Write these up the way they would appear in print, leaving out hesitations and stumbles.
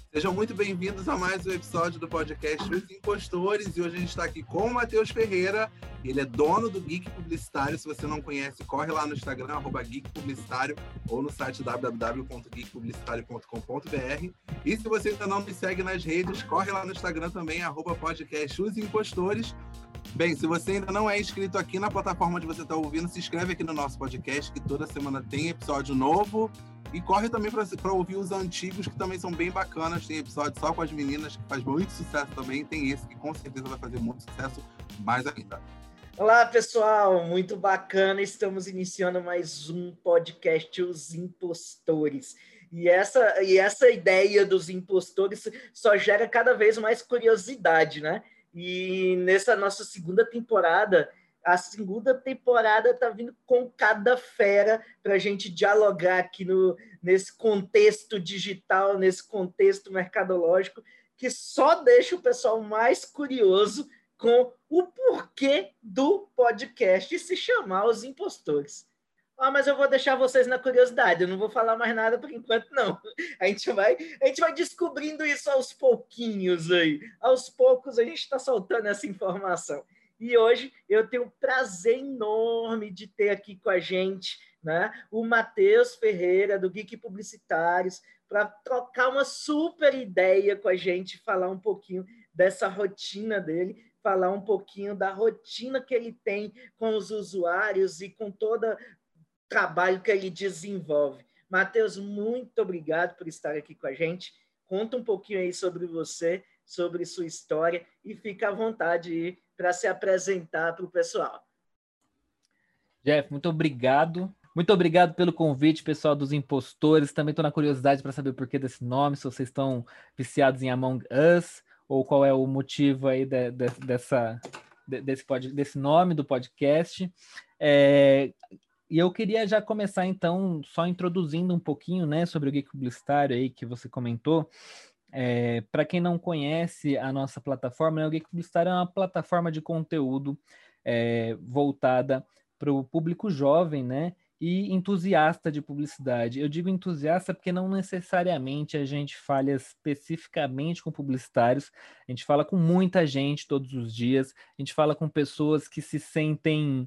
Sejam muito bem-vindos a mais um episódio do podcast Os Impostores, e hoje a gente está aqui com o Matheus Ferreira. Ele é dono do Geek Publicitário. Se você não conhece, corre lá no Instagram, @geekpublicitário, ou no site www.geekpublicitario.com.br. E se você ainda não me segue nas redes, corre lá no Instagram também, @podcast Os Impostores. Bem, se você ainda não é inscrito aqui na plataforma onde você está ouvindo, se inscreve aqui no nosso podcast, que toda semana tem episódio novo. E corre também para ouvir os antigos, que também são bem bacanas. Tem episódio só com as meninas, que faz muito sucesso também. Tem esse que com certeza vai fazer muito sucesso, mais ainda. Olá, pessoal! Muito bacana. Estamos iniciando mais um podcast, Os Impostores. E essa ideia dos impostores só gera cada vez mais curiosidade, né? E nessa nossa segunda temporada, a segunda temporada está vindo com cada fera para a gente dialogar aqui nesse contexto digital, nesse contexto mercadológico, que só deixa o pessoal mais curioso com o porquê do podcast se chamar Os Impostores. Mas eu vou deixar vocês na curiosidade, eu não vou falar mais nada por enquanto, não. A gente vai descobrindo isso aos pouquinhos aí. Aos poucos a gente está soltando essa informação. E hoje eu tenho o prazer enorme de ter aqui com a gente, né, o Matheus Ferreira, do Geek Publicitários, para trocar uma super ideia com a gente, falar um pouquinho dessa rotina dele, falar um pouquinho da rotina que ele tem com os usuários e com todo o trabalho que ele desenvolve. Matheus, muito obrigado por estar aqui com a gente. Conta um pouquinho aí sobre você, sobre sua história, e fica à vontade aí para se apresentar para o pessoal. Jeff, muito obrigado. Muito obrigado pelo convite, pessoal dos Impostores. Também estou na curiosidade para saber o porquê desse nome, se vocês estão viciados em Among Us, ou qual é o motivo aí desse nome do podcast. E eu queria já começar, então, só introduzindo um pouquinho, né, sobre o Geek Publicitário aí que você comentou. Para quem não conhece a nossa plataforma, né, o Geek Publicitário é uma plataforma de conteúdo voltada para o público jovem, né, e entusiasta de publicidade. Eu digo entusiasta porque não necessariamente a gente fala especificamente com publicitários, a gente fala com muita gente todos os dias, a gente fala com pessoas que se sentem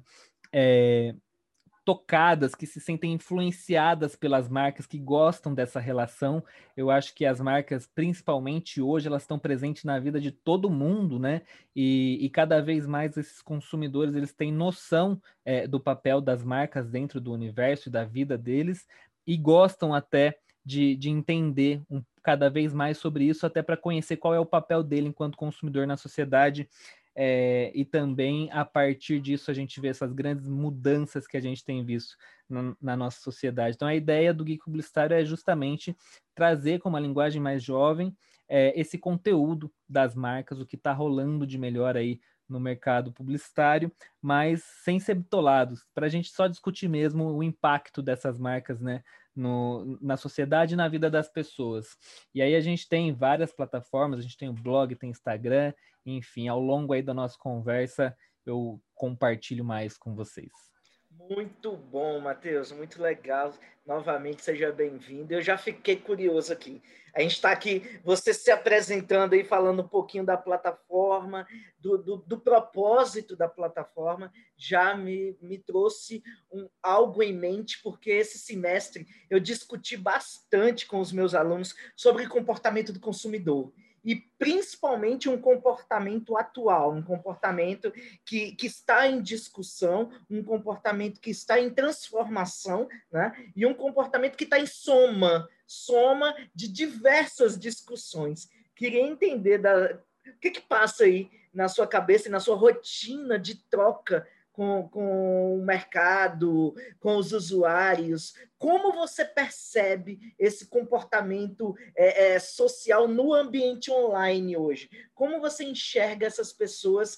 tocadas, que se sentem influenciadas pelas marcas, que gostam dessa relação. Eu acho que as marcas, principalmente hoje, elas estão presentes na vida de todo mundo, né? E cada vez mais esses consumidores, eles têm noção do papel das marcas dentro do universo e da vida deles, e gostam até de entender cada vez mais sobre isso, até para conhecer qual é o papel dele enquanto consumidor na sociedade. E também, a partir disso, a gente vê essas grandes mudanças que a gente tem visto na nossa sociedade. Então, a ideia do Geek Publicitário é justamente trazer com uma linguagem mais jovem esse conteúdo das marcas, o que está rolando de melhor aí no mercado publicitário, mas sem ser bitolados, para a gente só discutir mesmo o impacto dessas marcas, né, na sociedade e na vida das pessoas. E aí a gente tem várias plataformas, a gente tem o blog, tem Instagram, enfim, ao longo aí da nossa conversa eu compartilho mais com vocês. Muito bom, Matheus, muito legal. Novamente, seja bem-vindo. Eu já fiquei curioso aqui. A gente está aqui, você se apresentando aí, falando um pouquinho da plataforma, do propósito da plataforma, já me trouxe algo em mente, porque esse semestre eu discuti bastante com os meus alunos sobre comportamento do consumidor. E principalmente um comportamento atual, um comportamento que está em discussão, um comportamento que está em transformação, né? E um comportamento que está em soma de diversas discussões. Queria entender o que passa aí na sua cabeça e na sua rotina de troca com o mercado, com os usuários. Como você percebe esse comportamento social no ambiente online hoje? Como você enxerga essas pessoas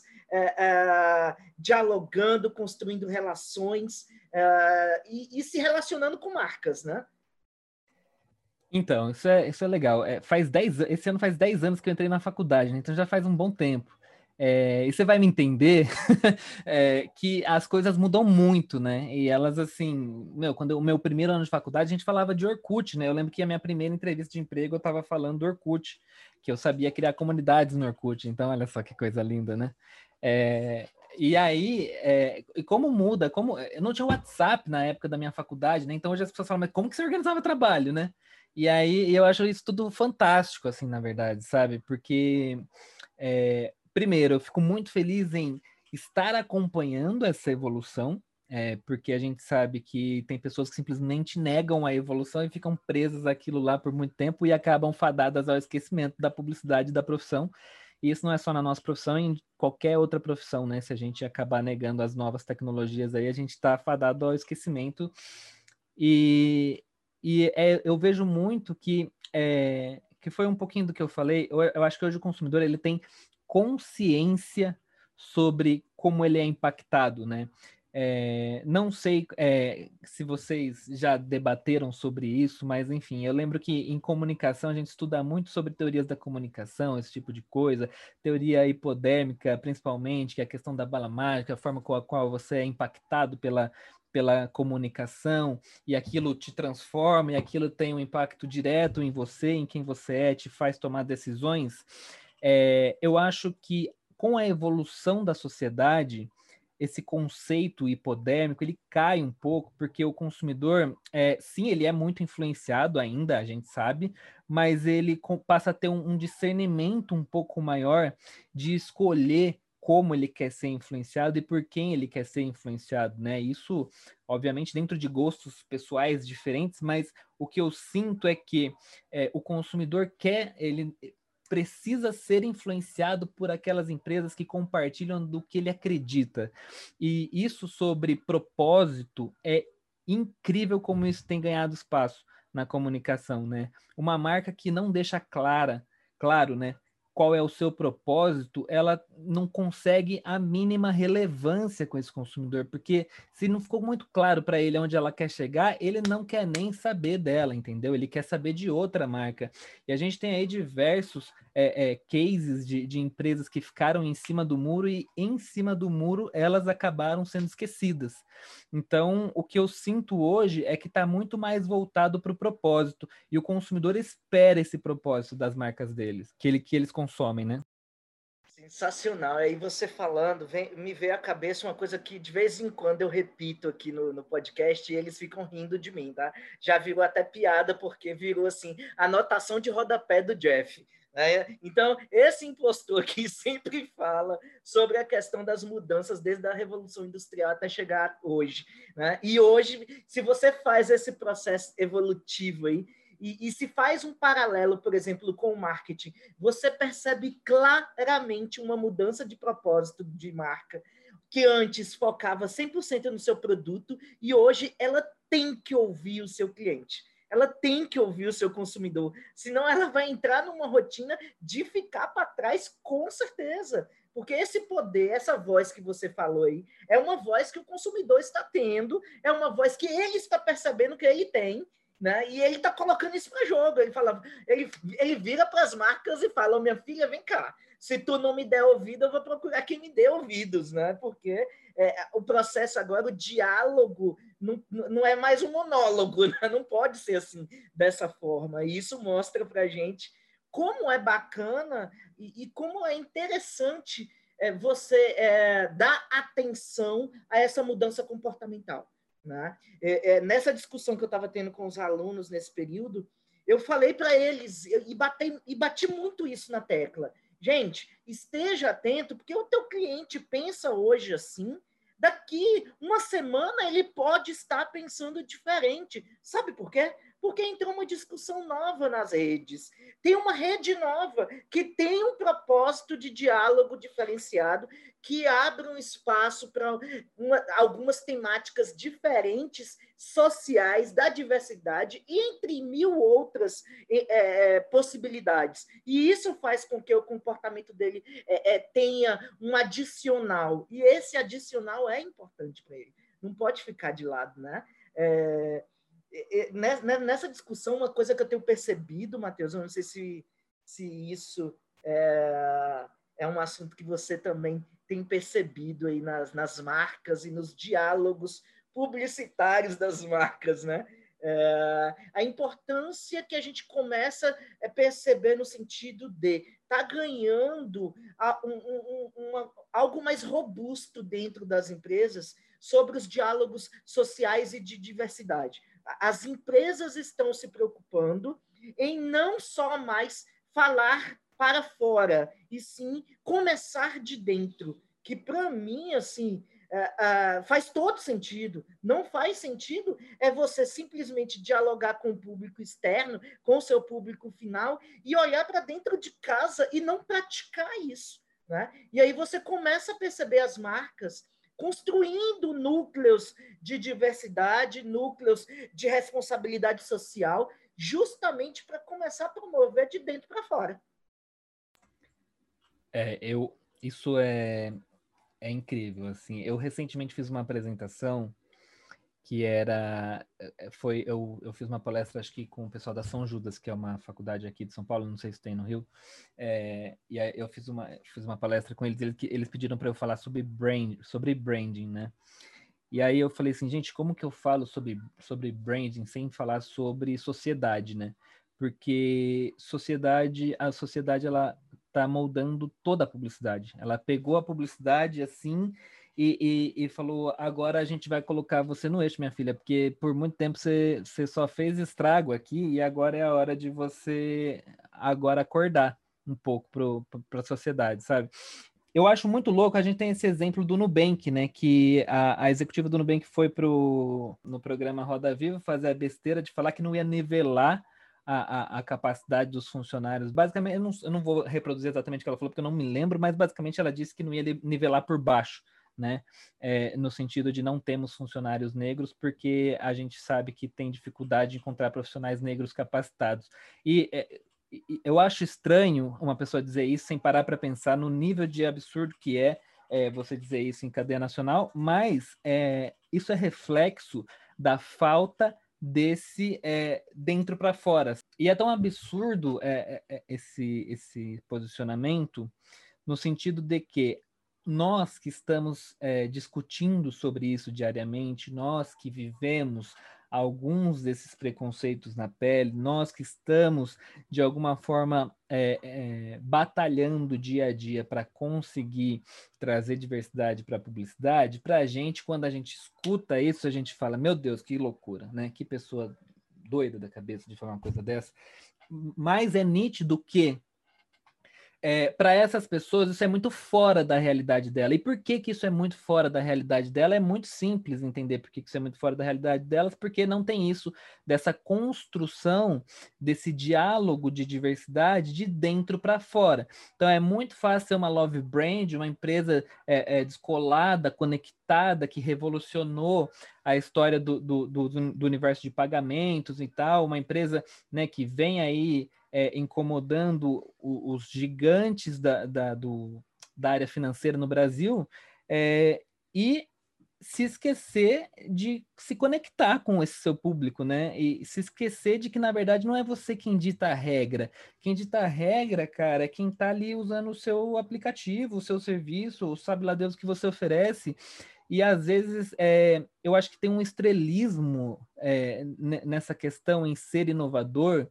dialogando, construindo relações e se relacionando com marcas, né? Então, isso é legal. Esse ano faz 10 anos que eu entrei na faculdade, né? Então já faz um bom tempo. E você vai me entender que as coisas mudam muito, né? E elas, assim, quando o meu primeiro ano de faculdade, a gente falava de Orkut, né? Eu lembro que a minha primeira entrevista de emprego eu estava falando do Orkut, que eu sabia criar comunidades no Orkut. Então, olha só que coisa linda, né? E aí, e como muda, como eu não tinha WhatsApp na época da minha faculdade, né? Então hoje as pessoas falam, mas como que você organizava trabalho, né? E aí eu acho isso tudo fantástico, assim, na verdade, sabe? Porque primeiro, eu fico muito feliz em estar acompanhando essa evolução, porque a gente sabe que tem pessoas que simplesmente negam a evolução e ficam presas àquilo lá por muito tempo e acabam fadadas ao esquecimento da publicidade da profissão. E isso não é só na nossa profissão, em qualquer outra profissão, né? Se a gente acabar negando as novas tecnologias aí, a gente está fadado ao esquecimento. E, eu vejo muito que foi um pouquinho do que eu falei. Eu acho que hoje o consumidor ele tem consciência sobre como ele é impactado, né? Não sei se vocês já debateram sobre isso, mas enfim, eu lembro que em comunicação a gente estuda muito sobre teorias da comunicação, esse tipo de coisa, teoria hipodérmica, principalmente, que é a questão da bala mágica, a forma com a qual você é impactado pela comunicação, e aquilo te transforma, e aquilo tem um impacto direto em você, em quem você é, te faz tomar decisões. Eu acho que com a evolução da sociedade, esse conceito hipodérmico, ele cai um pouco, porque o consumidor, sim, ele é muito influenciado ainda, a gente sabe, mas ele passa a ter um discernimento um pouco maior de escolher como ele quer ser influenciado e por quem ele quer ser influenciado, né? Isso, obviamente, dentro de gostos pessoais diferentes, mas o que eu sinto é que o consumidor ele precisa ser influenciado por aquelas empresas que compartilham do que ele acredita. E isso sobre propósito é incrível como isso tem ganhado espaço na comunicação, né? Uma marca que não deixa claro, né, qual é o seu propósito, ela não consegue a mínima relevância com esse consumidor, porque se não ficou muito claro para ele onde ela quer chegar, ele não quer nem saber dela, entendeu? Ele quer saber de outra marca. E a gente tem aí diversos cases de empresas que ficaram em cima do muro e em cima do muro elas acabaram sendo esquecidas. Então, o que eu sinto hoje é que está muito mais voltado para o propósito e o consumidor espera esse propósito das marcas deles, que eles consomem, né? Sensacional. Aí você falando, me veio à cabeça uma coisa que de vez em quando eu repito aqui no podcast e eles ficam rindo de mim, tá? Já virou até piada, porque virou assim, anotação de rodapé do Jeff. Né? Então, esse impostor aqui sempre fala sobre a questão das mudanças desde a Revolução Industrial até chegar hoje. Né? E hoje, se você faz esse processo evolutivo aí, e se faz um paralelo, por exemplo, com o marketing, você percebe claramente uma mudança de propósito de marca, que antes focava 100% no seu produto e hoje ela tem que ouvir o seu cliente. Ela tem que ouvir o seu consumidor, senão ela vai entrar numa rotina de ficar para trás, com certeza. Porque esse poder, essa voz que você falou aí, é uma voz que o consumidor está tendo, é uma voz que ele está percebendo que ele tem, né? E ele está colocando isso para jogo. Ele vira para as marcas e fala: oh, minha filha, vem cá. Se tu não me der ouvido, eu vou procurar quem me dê ouvidos, né? Porque o processo agora, o diálogo, não é mais um monólogo, né? Não pode ser assim, dessa forma. E isso mostra para a gente como é bacana e como é interessante você dar atenção a essa mudança comportamental. Né? Nessa discussão que eu estava tendo com os alunos nesse período, eu falei para eles e bati muito isso na tecla. Gente, esteja atento, porque o teu cliente pensa hoje assim, daqui uma semana ele pode estar pensando diferente. Sabe por quê? Porque entrou uma discussão nova nas redes. Tem uma rede nova que tem um propósito de diálogo diferenciado, que abre um espaço para algumas temáticas diferentes, sociais, da diversidade, e entre mil outras possibilidades. E isso faz com que o comportamento dele tenha um adicional. E esse adicional é importante para ele. Não pode ficar de lado, né? Nessa discussão, uma coisa que eu tenho percebido, Matheus, eu não sei se isso é um assunto que você também tem percebido aí nas marcas e nos diálogos publicitários das marcas, né? A importância que a gente começa a perceber no sentido de estar ganhando algo mais robusto dentro das empresas sobre os diálogos sociais e de diversidade. As empresas estão se preocupando em não só mais falar para fora, e sim começar de dentro, que para mim, assim, faz todo sentido. Não faz sentido é você simplesmente dialogar com o público externo, com o seu público final, e olhar para dentro de casa e não praticar isso. Né? E aí você começa a perceber as marcas construindo núcleos de diversidade, núcleos de responsabilidade social, justamente para começar a promover de dentro para fora. Isso é incrível, assim. Eu recentemente fiz uma apresentação que eu fiz uma palestra, acho que com o pessoal da São Judas, que é uma faculdade aqui de São Paulo, não sei se tem no Rio, e aí eu fiz uma palestra com eles, eles pediram para eu falar sobre branding, né? E aí eu falei assim, gente, como que eu falo sobre branding sem falar sobre sociedade, né? Porque a sociedade, ela tá moldando toda a publicidade. Ela pegou a publicidade assim e falou, agora a gente vai colocar você no eixo, minha filha, porque por muito tempo você só fez estrago aqui e agora é a hora de você agora acordar um pouco para a sociedade, sabe? Eu acho muito louco, a gente tem esse exemplo do Nubank, né? Que a executiva do Nubank foi no programa Roda Viva fazer a besteira de falar que não ia nivelar a capacidade dos funcionários. Basicamente, eu não vou reproduzir exatamente o que ela falou, porque eu não me lembro, mas basicamente ela disse que não ia nivelar por baixo, né? No sentido de não termos funcionários negros, porque a gente sabe que tem dificuldade de encontrar profissionais negros capacitados. E eu acho estranho uma pessoa dizer isso sem parar para pensar no nível de absurdo que você dizer isso em cadeia nacional, mas isso é reflexo da falta desse dentro para fora. E é tão absurdo esse posicionamento no sentido de que nós que estamos discutindo sobre isso diariamente, nós que vivemos alguns desses preconceitos na pele, nós que estamos, de alguma forma, batalhando dia a dia para conseguir trazer diversidade para a publicidade, para a gente, quando a gente escuta isso, a gente fala, meu Deus, que loucura, né? Que pessoa doida da cabeça de falar uma coisa dessa. Mas é nítido que para essas pessoas isso é muito fora da realidade dela. E por que isso é muito fora da realidade dela? É muito simples entender por que isso é muito fora da realidade delas, porque não tem isso dessa construção, desse diálogo de diversidade de dentro para fora. Então é muito fácil ser uma love brand, uma empresa descolada, conectada, que revolucionou a história do universo de pagamentos e tal, uma empresa, né, que vem aí incomodando os gigantes da área financeira no Brasil, e se esquecer de se conectar com esse seu público, né? E se esquecer de que, na verdade, não é você quem dita a regra. Quem dita a regra, cara, é quem está ali usando o seu aplicativo, o seu serviço, o sabe lá Deus que você oferece. E às vezes eu acho que tem um estrelismo nessa questão em ser inovador,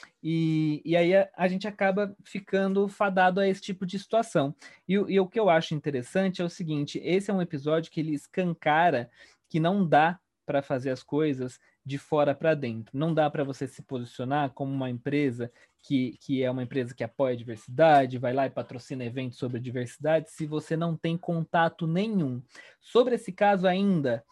e aí a gente acaba ficando fadado a esse tipo de situação. E o que eu acho interessante é o seguinte: esse é um episódio que ele escancara que não dá para fazer as coisas de fora para dentro. Não dá para você se posicionar como uma empresa que é uma empresa que apoia a diversidade, vai lá e patrocina eventos sobre diversidade, se você não tem contato nenhum. Sobre esse caso ainda,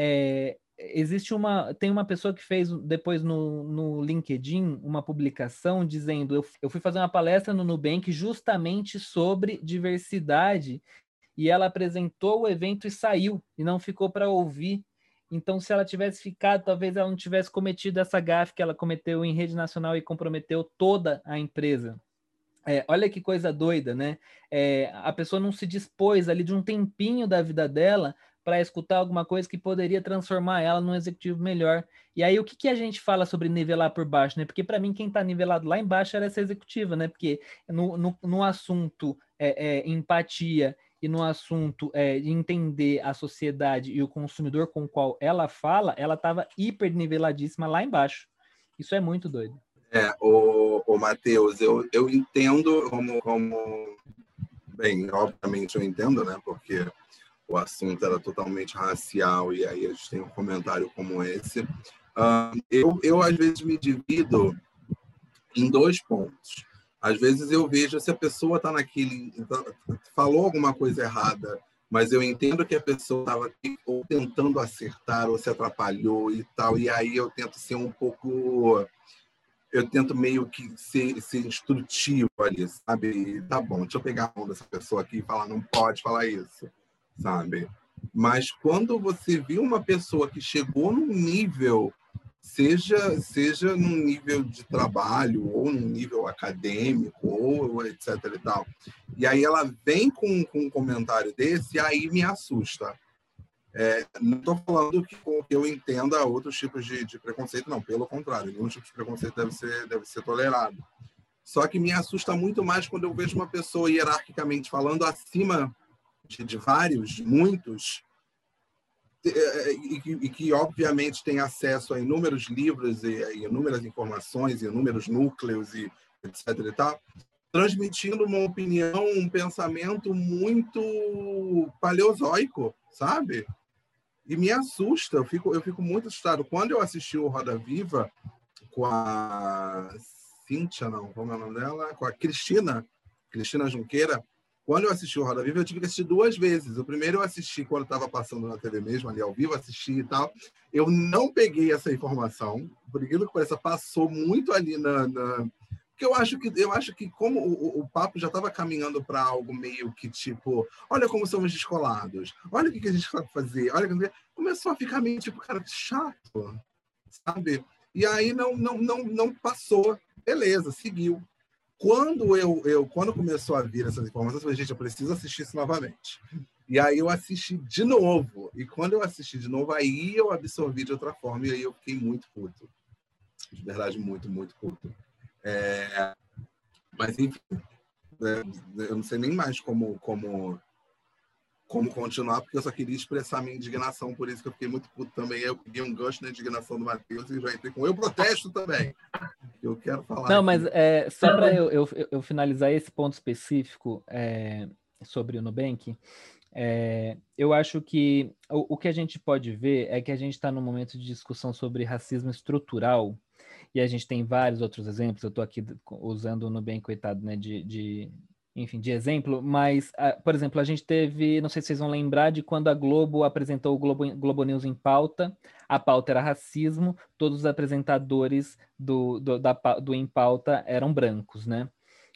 tem uma pessoa que fez depois no LinkedIn uma publicação dizendo: eu fui fazer uma palestra no Nubank justamente sobre diversidade, e ela apresentou o evento e saiu, e não ficou para ouvir. Então, se ela tivesse ficado, talvez ela não tivesse cometido essa gafe que ela cometeu em rede nacional e comprometeu toda a empresa. Olha que coisa doida, né? A pessoa não se dispôs ali de um tempinho da vida dela para escutar alguma coisa que poderia transformar ela num executivo melhor. E aí, o que a gente fala sobre nivelar por baixo, né? Porque para mim, quem está nivelado lá embaixo era essa executiva, né? Porque no assunto empatia e no assunto de entender a sociedade e o consumidor com o qual ela fala, ela estava hiperniveladíssima lá embaixo. Isso é muito doido. O Matheus, eu entendo como... Bem, obviamente eu entendo, né? Porque o assunto era totalmente racial e aí a gente tem um comentário como esse. Eu às vezes, me divido em 2 pontos. Às vezes eu vejo se a pessoa está falou alguma coisa errada, mas eu entendo que a pessoa estava ou tentando acertar ou se atrapalhou e tal, e aí eu tento ser um pouco... Eu tento meio que ser instrutivo ali, sabe? Tá bom, deixa eu pegar a mão dessa pessoa aqui e falar, não pode falar isso, sabe? Mas quando você viu uma pessoa que chegou num nível, seja num nível de trabalho, ou num nível acadêmico, ou etc e tal, e aí ela vem com um comentário desse, aí me assusta. Não estou falando que eu entenda outros tipos de preconceito, não, pelo contrário, nenhum tipo de preconceito deve ser tolerado. Só que me assusta muito mais quando eu vejo uma pessoa hierarquicamente falando acima de vários, de muitos, e que obviamente tem acesso a inúmeros livros, e inúmeras informações, e inúmeros núcleos, e etc. e tal, transmitindo uma opinião, um pensamento muito paleozoico, sabe? E me assusta, eu fico muito assustado. Quando eu assisti o Roda Viva com a Cíntia, não, como é o nome dela? Com a Cristina Junqueira, quando eu assisti o Roda Viva, eu tive que assistir 2 vezes. O primeiro eu assisti quando estava passando na TV mesmo, ali ao vivo, assisti e tal. Eu não peguei essa informação, por aquilo que pareça, passou muito ali porque eu acho que como o papo já estava caminhando para algo meio que tipo, olha como somos descolados, olha o que a gente vai fazer, começou a ficar meio tipo, cara, que chato, sabe? E aí não passou, beleza, seguiu. Quando começou a vir essas informações, eu falei, gente, eu preciso assistir isso novamente. E aí eu assisti de novo. E quando eu assisti de novo, aí eu absorvi de outra forma e aí eu fiquei muito puto. De verdade, muito, muito puto. Mas, enfim, eu não sei nem mais como continuar, porque eu só queria expressar minha indignação, por isso que eu fiquei muito puto também. Eu peguei um gancho na indignação do Matheus e já entrei com eu protesto também. Eu quero falar. Não, aqui. mas só para eu finalizar esse ponto específico sobre o Nubank, eu acho que o que a gente pode ver é que a gente está num momento de discussão sobre racismo estrutural, e a gente tem vários outros exemplos. Eu estou aqui usando o Nubank, coitado, né, enfim, de exemplo, mas, por exemplo, a gente teve, não sei se vocês vão lembrar, de quando a Globo apresentou o Globo News em pauta, a pauta era racismo, todos os apresentadores do Em Pauta eram brancos, né?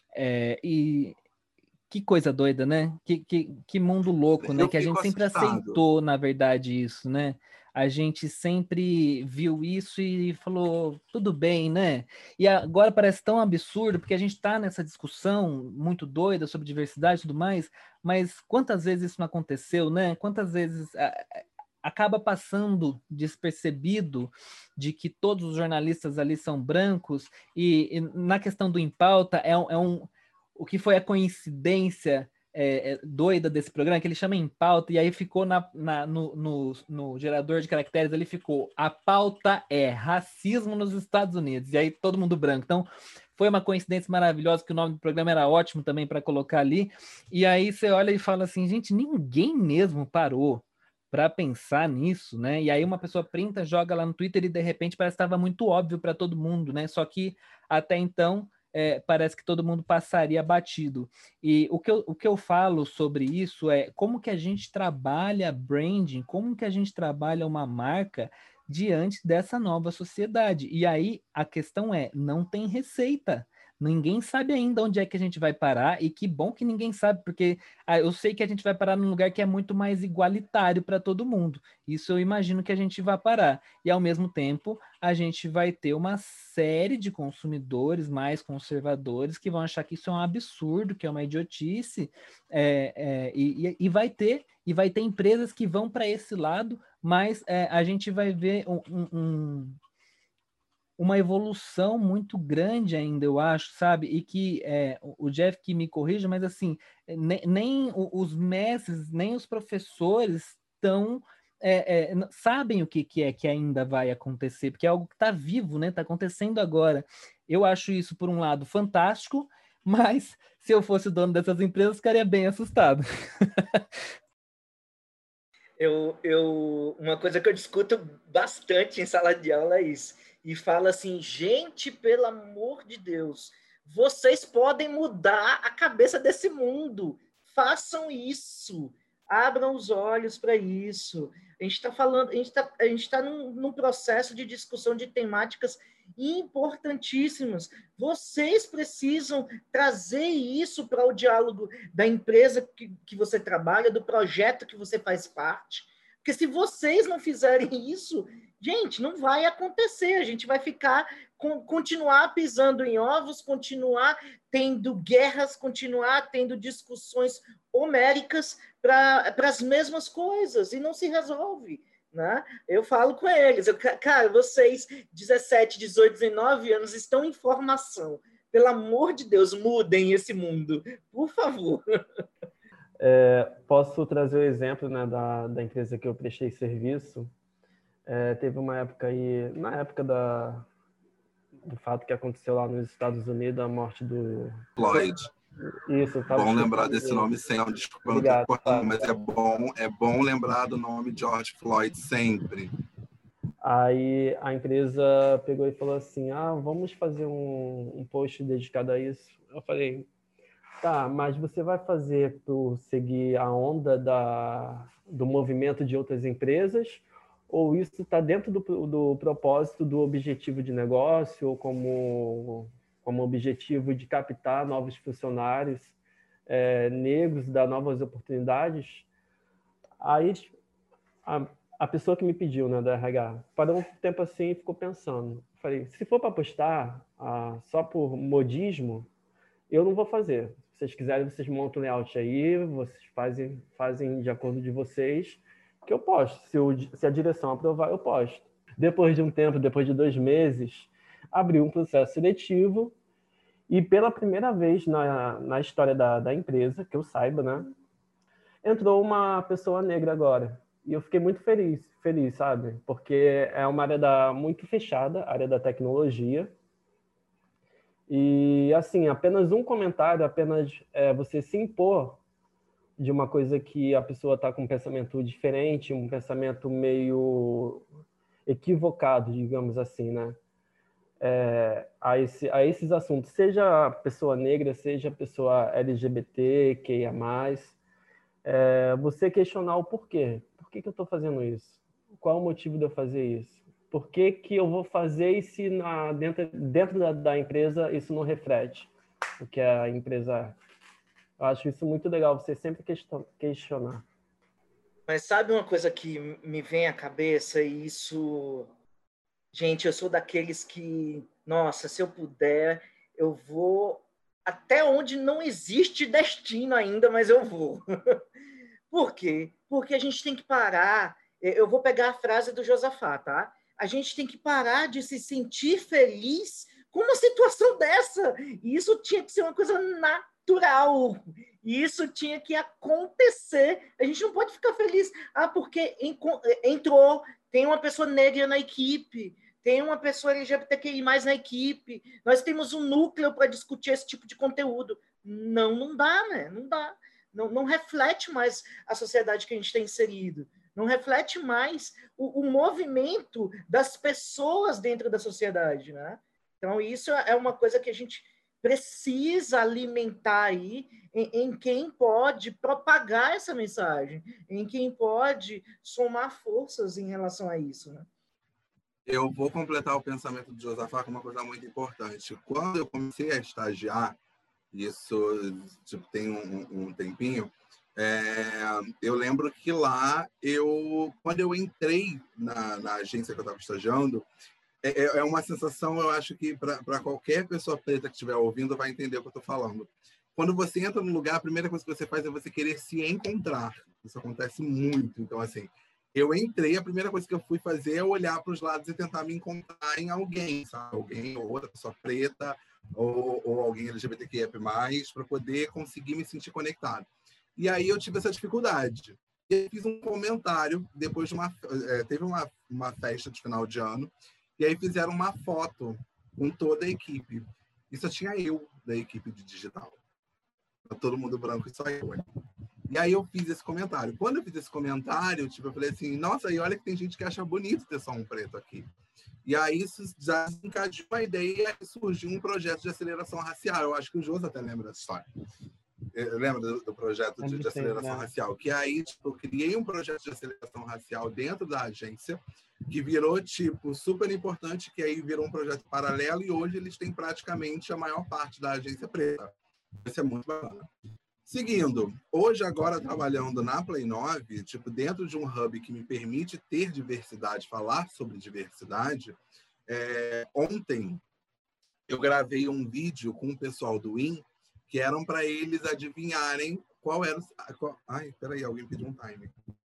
E que coisa doida, né? Que mundo louco, né? Que a gente sempre aceitou, na verdade, isso, né? A gente sempre viu isso e falou, tudo bem, né? E agora parece tão absurdo, porque a gente está nessa discussão muito doida sobre diversidade e tudo mais, mas quantas vezes isso não aconteceu, né? Quantas vezes acaba passando despercebido de que todos os jornalistas ali são brancos, e na questão do Em Pauta o que foi a coincidência doida desse programa, que ele chama Em Pauta, e aí ficou no gerador de caracteres, ele ficou, a pauta é racismo nos Estados Unidos, e aí todo mundo branco. Então, foi uma coincidência maravilhosa, que o nome do programa era ótimo também para colocar ali, e aí você olha e fala assim, gente, ninguém mesmo parou para pensar nisso, né? E aí uma pessoa printa, joga lá no Twitter e de repente parece que estava muito óbvio para todo mundo, né? Só que até então parece que todo mundo passaria batido. E o que eu falo sobre isso é como que a gente trabalha branding, como que a gente trabalha uma marca diante dessa nova sociedade. E aí a questão não tem receita. Ninguém sabe ainda onde é que a gente vai parar, e que bom que ninguém sabe, porque eu sei que a gente vai parar num lugar que é muito mais igualitário para todo mundo. Isso eu imagino que a gente vai parar. E ao mesmo tempo, a gente vai ter uma série de consumidores mais conservadores que vão achar que isso é um absurdo, que é uma idiotice, e vai ter empresas que vão para esse lado, mas a gente vai ver uma evolução muito grande ainda, eu acho, sabe? E que o Jeff que me corrija, mas assim, nem os mestres, nem os professores sabem o que é que ainda vai acontecer, porque é algo que está vivo, né? Está acontecendo agora. Eu acho isso, por um lado, fantástico, mas se eu fosse o dono dessas empresas, ficaria bem assustado. Uma coisa que eu discuto bastante em sala de aula é isso. E falo assim, gente, pelo amor de Deus, vocês podem mudar a cabeça desse mundo. Façam isso. Abram os olhos para isso. A gente está falando, a gente está num processo de discussão de temáticas importantíssimas. Vocês precisam trazer isso para o diálogo da empresa que você trabalha, do projeto que você faz parte. Porque se vocês não fizerem isso, gente, não vai acontecer. A gente vai continuar pisando em ovos, continuar tendo guerras, continuar tendo discussões homéricas para as mesmas coisas e não se resolve. Né? Eu falo com eles, cara, vocês 17, 18, 19 anos estão em formação. Pelo amor de Deus, mudem esse mundo, por favor. Posso trazer o exemplo, né, da empresa que eu prestei serviço. Teve uma época aí, na época do fato que aconteceu lá nos Estados Unidos, a morte do Floyd. Isso, tá bom lembrar desse nome sempre. Desculpa, não estou cortando, mas é bom lembrar do nome George Floyd sempre. Aí a empresa pegou e falou assim, vamos fazer um post dedicado a isso. Eu falei, tá, mas você vai fazer por seguir a onda do movimento de outras empresas, ou isso está dentro do propósito do objetivo de negócio, ou como objetivo de captar novos funcionários negros, dar novas oportunidades? Aí a pessoa que me pediu, né, da RH, parou um tempo assim e ficou pensando. Falei, se for para postar só por modismo, eu não vou fazer. Se vocês quiserem, vocês montam o layout aí, vocês fazem de acordo de vocês, que eu posto. Se a direção aprovar, eu posto. Depois de um tempo, depois de 2 meses, abri um processo seletivo e pela primeira vez na história da empresa, que eu saiba, né, entrou uma pessoa negra agora. E eu fiquei muito feliz, sabe? Porque é uma área muito fechada, a área da tecnologia. E, assim, apenas um comentário, apenas você se impor de uma coisa que a pessoa está com um pensamento diferente, um pensamento meio equivocado, digamos assim, né? A esses assuntos, seja a pessoa negra, seja a pessoa LGBT, QIA+, você questionar o porquê. Por que eu estou fazendo isso? Qual o motivo de eu fazer isso? Por que eu vou fazer e se dentro da empresa isso não reflete o que a empresa... Eu acho isso muito legal, você sempre questionar. Mas sabe uma coisa que me vem à cabeça, e isso... Gente, eu sou daqueles que, nossa, se eu puder, eu vou até onde não existe destino ainda, mas eu vou. Por quê? Porque a gente tem que parar. Eu vou pegar a frase do Josafá, tá? A gente tem que parar de se sentir feliz com uma situação dessa. E isso tinha que ser uma coisa natural. E isso tinha que acontecer. A gente não pode ficar feliz. Porque entrou, tem uma pessoa negra na equipe, tem uma pessoa LGBTQI+ na equipe, nós temos um núcleo para discutir esse tipo de conteúdo. Não dá, né? Não dá. Não reflete mais a sociedade que a gente está inserido. Não reflete mais o movimento das pessoas dentro da sociedade, né? Então, isso é uma coisa que a gente precisa alimentar aí em quem pode propagar essa mensagem, em quem pode somar forças em relação a isso, né? Eu vou completar o pensamento do Josafá com uma coisa muito importante. Quando eu comecei a estagiar, isso tem um tempinho, eu lembro que lá, quando eu entrei na agência que eu estava estagiando, é uma sensação, eu acho que para qualquer pessoa preta que estiver ouvindo vai entender o que eu estou falando. Quando você entra no lugar, a primeira coisa que você faz é você querer se encontrar. Isso acontece muito. Então, assim, Eu entrei, a primeira coisa que eu fui fazer é olhar para os lados e tentar me encontrar em alguém, sabe? Alguém ou outra pessoa preta ou alguém LGBTQIA+, para poder conseguir me sentir conectado. E aí eu tive essa dificuldade. Eu fiz um comentário depois de teve uma festa de final de ano, e aí fizeram uma foto com toda a equipe. E só tinha eu da equipe de digital. Todo mundo branco e só eu. E aí eu fiz esse comentário. Quando eu fiz esse comentário, tipo, eu falei assim, nossa, e olha que tem gente que acha bonito ter só um preto aqui. E aí isso já encadeou uma ideia e surgiu um projeto de aceleração racial. Eu acho que o Josi até lembra dessa história. Lembra do projeto de aceleração racial? Que aí, tipo, eu criei um projeto de aceleração racial dentro da agência, que virou, tipo, super importante, que aí virou um projeto paralelo e hoje eles têm praticamente a maior parte da agência preta. Isso é muito bacana. Seguindo, hoje agora trabalhando na Play 9, tipo, dentro de um hub que me permite ter diversidade, falar sobre diversidade, ontem eu gravei um vídeo com o pessoal do IN, que eram para eles adivinharem qual era Ai, peraí, alguém pediu um time.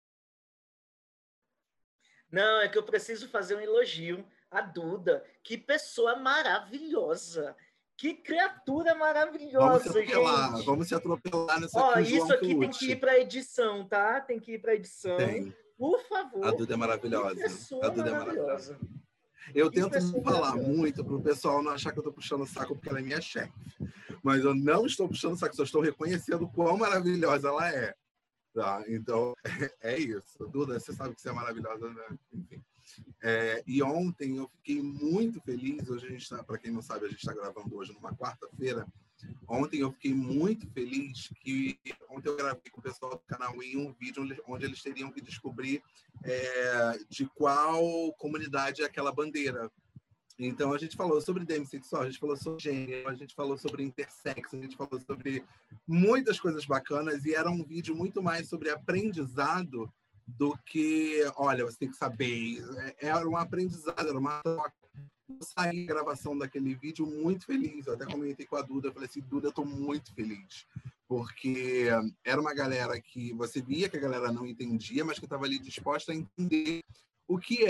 Não, é que eu preciso fazer um elogio à Duda. Que pessoa maravilhosa! Que criatura maravilhosa, gente! Vamos se atropelar nessa Ó, aqui, o isso João aqui tem Flute. que ir para edição, tá? Tem que ir para edição. Tem. Por favor. A Duda é maravilhosa. Que pessoa A Duda maravilhosa. É maravilhosa. Eu tento não falar muito para o pessoal não achar que eu estou puxando o saco porque ela é minha chefe. Mas eu não estou puxando o saco, só estou reconhecendo quão maravilhosa ela é. Tá? Então, é isso. Duda, você sabe que você é maravilhosa, né? Enfim. E ontem eu fiquei muito feliz. Hoje a gente está, para quem não sabe, a gente está gravando hoje numa quarta-feira. Ontem eu fiquei muito feliz que ontem eu gravei com o pessoal do canal em um vídeo onde eles teriam que descobrir de qual comunidade é aquela bandeira. Então a gente falou sobre demissexual, a gente falou sobre gênero, a gente falou sobre intersexo, a gente falou sobre muitas coisas bacanas e era um vídeo muito mais sobre aprendizado do que, olha, você tem que saber. Era um aprendizado, era uma troca. Eu saí da gravação daquele vídeo muito feliz. Eu até comentei com a Duda, eu falei assim, Duda, eu estou muito feliz. Porque era uma galera que você via que a galera não entendia, mas que estava ali disposta a entender o que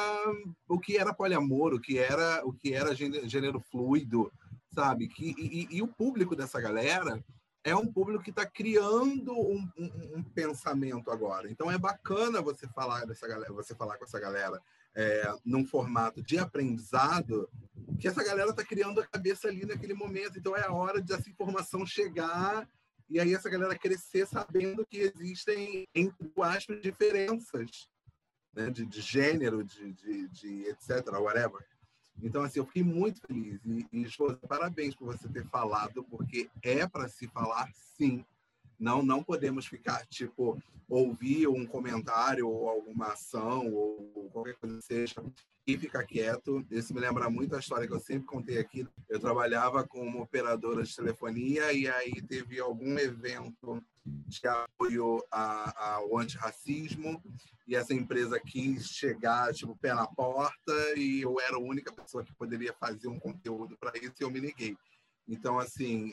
era poliamor, o que era gênero fluido, sabe? E o público dessa galera é um público que está criando um pensamento agora. Então é bacana você falar com essa galera num formato de aprendizado, que essa galera está criando a cabeça ali naquele momento. Então é a hora dessa informação chegar e aí essa galera crescer sabendo que existem, entre aspas, diferenças, né, de gênero, de etc., whatever. Então, assim, eu fiquei muito feliz. E parabéns por você ter falado, porque é para se falar, sim. Não podemos ficar, tipo, ouvir um comentário ou alguma ação ou qualquer coisa que seja e ficar quieto. Isso me lembra muito a história que eu sempre contei aqui. Eu trabalhava como operadora de telefonia e aí teve algum evento de apoio ao antirracismo e essa empresa quis chegar, tipo, pé na porta e eu era a única pessoa que poderia fazer um conteúdo para isso e eu me neguei. Então, assim,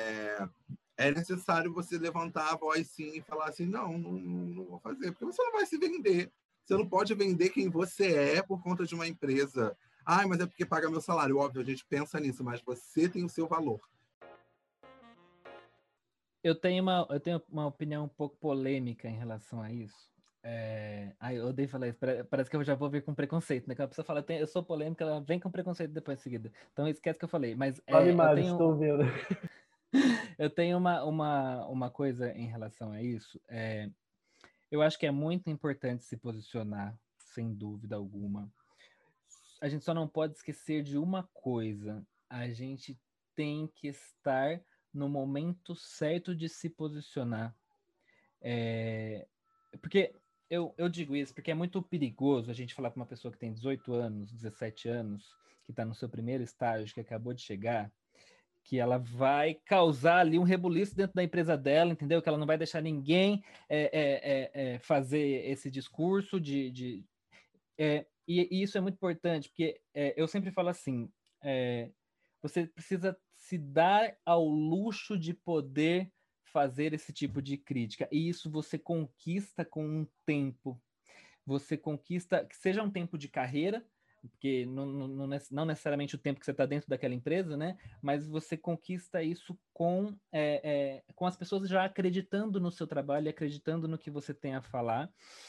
é necessário você levantar a voz, sim, e falar assim, não vou fazer, porque você não vai se vender. Você não pode vender quem você é por conta de uma empresa. Ah, mas é porque paga meu salário. Óbvio, a gente pensa nisso, mas você tem o seu valor. Eu tenho uma opinião um pouco polêmica em relação a isso. Eu odeio falar isso, parece que eu já vou vir com preconceito, né? Quando a pessoa fala, eu sou polêmica, ela vem com preconceito depois em seguida. Então esquece que eu falei, mas estou vendo. Eu tenho uma coisa em relação a isso. Eu acho que é muito importante se posicionar, sem dúvida alguma. A gente só não pode esquecer de uma coisa. A gente tem que estar no momento certo de se posicionar. Porque eu digo isso porque é muito perigoso a gente falar para uma pessoa que tem 18 anos, 17 anos, que está no seu primeiro estágio, que acabou de chegar, que ela vai causar ali um rebuliço dentro da empresa dela, entendeu? Que ela não vai deixar ninguém fazer esse discurso e isso é muito importante, porque eu sempre falo assim, você precisa se dar ao luxo de poder fazer esse tipo de crítica, e isso você conquista com um tempo. você conquista, que seja um tempo de carreira, porque não necessariamente o tempo que você está dentro daquela empresa, né? Mas você conquista isso com as pessoas já acreditando no seu trabalho, acreditando no que você tem a falar.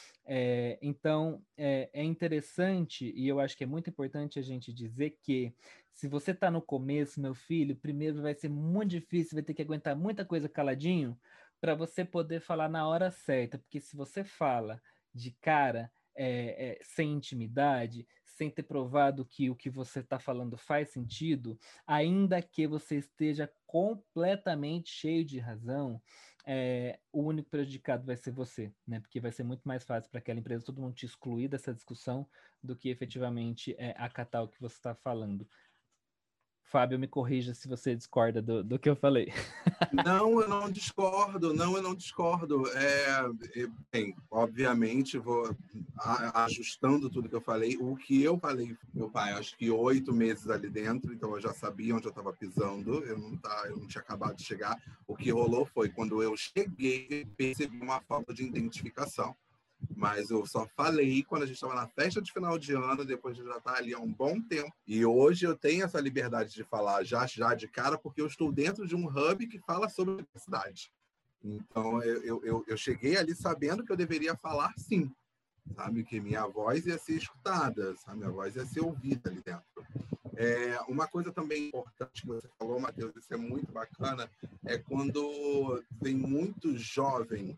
Então, é interessante, e eu acho que é muito importante a gente dizer que se você está no começo, meu filho, primeiro vai ser muito difícil, vai ter que aguentar muita coisa caladinho para você poder falar na hora certa, porque se você fala de cara, sem intimidade, sem ter provado que o que você está falando faz sentido, ainda que você esteja completamente cheio de razão, o único prejudicado vai ser você, né? Porque vai ser muito mais fácil para aquela empresa todo mundo te excluir dessa discussão do que efetivamente acatar o que você está falando. Fábio, me corrija se você discorda do que eu falei. Não, eu não discordo, não, eu não discordo. Bem, obviamente, vou ajustando tudo que eu falei. O que eu falei, meu pai, acho que 8 meses ali dentro, então eu já sabia onde eu estava pisando, eu não tinha acabado de chegar. O que rolou foi, quando eu cheguei, percebi uma falta de identificação. Mas eu só falei quando a gente estava na festa de final de ano, depois de já estar ali há um bom tempo. E hoje eu tenho essa liberdade de falar já de cara, porque eu estou dentro de um hub que fala sobre diversidade. Então eu cheguei ali sabendo que eu deveria falar sim, sabe? Que minha voz ia ser escutada, sabe? Minha voz ia ser ouvida ali dentro. Uma coisa também importante que você falou, Matheus, isso é muito bacana, é quando vem muito jovem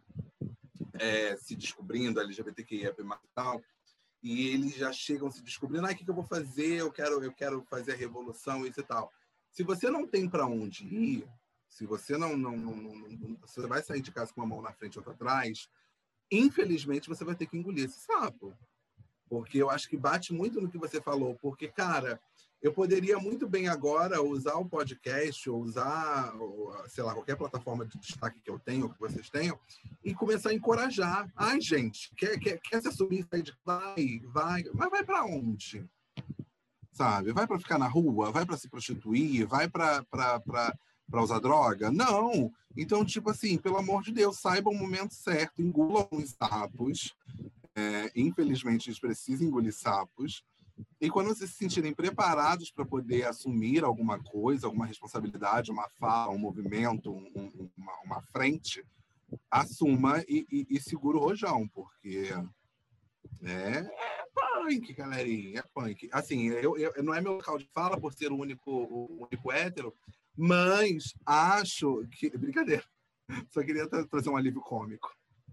se descobrindo, LGBTQIA+, e tal, e eles já chegam se descobrindo, o que eu vou fazer? Eu quero fazer a revolução, isso e tal. Se você não tem para onde ir, se você não você vai sair de casa com uma mão na frente e outra atrás, infelizmente você vai ter que engolir esse sapo. Porque eu acho que bate muito no que você falou, porque, cara, eu poderia muito bem agora usar o podcast, ou usar, sei lá, qualquer plataforma de destaque que eu tenho, que vocês tenham, e começar a encorajar. Ai, gente, quer se assumir? Vai. Mas vai para onde? Sabe? Vai para ficar na rua? Vai para se prostituir? Vai para usar droga? Não! Então, tipo assim, pelo amor de Deus, saiba o momento certo, engulam os sapos. Infelizmente, eles precisam engolir sapos. E quando vocês se sentirem preparados para poder assumir alguma coisa, alguma responsabilidade, uma fala, um movimento, uma frente, assuma e segura o rojão, porque é punk, galerinha, é punk. Assim, não é meu local de fala por ser o único hétero, mas acho que... Brincadeira. Só queria trazer um alívio cômico.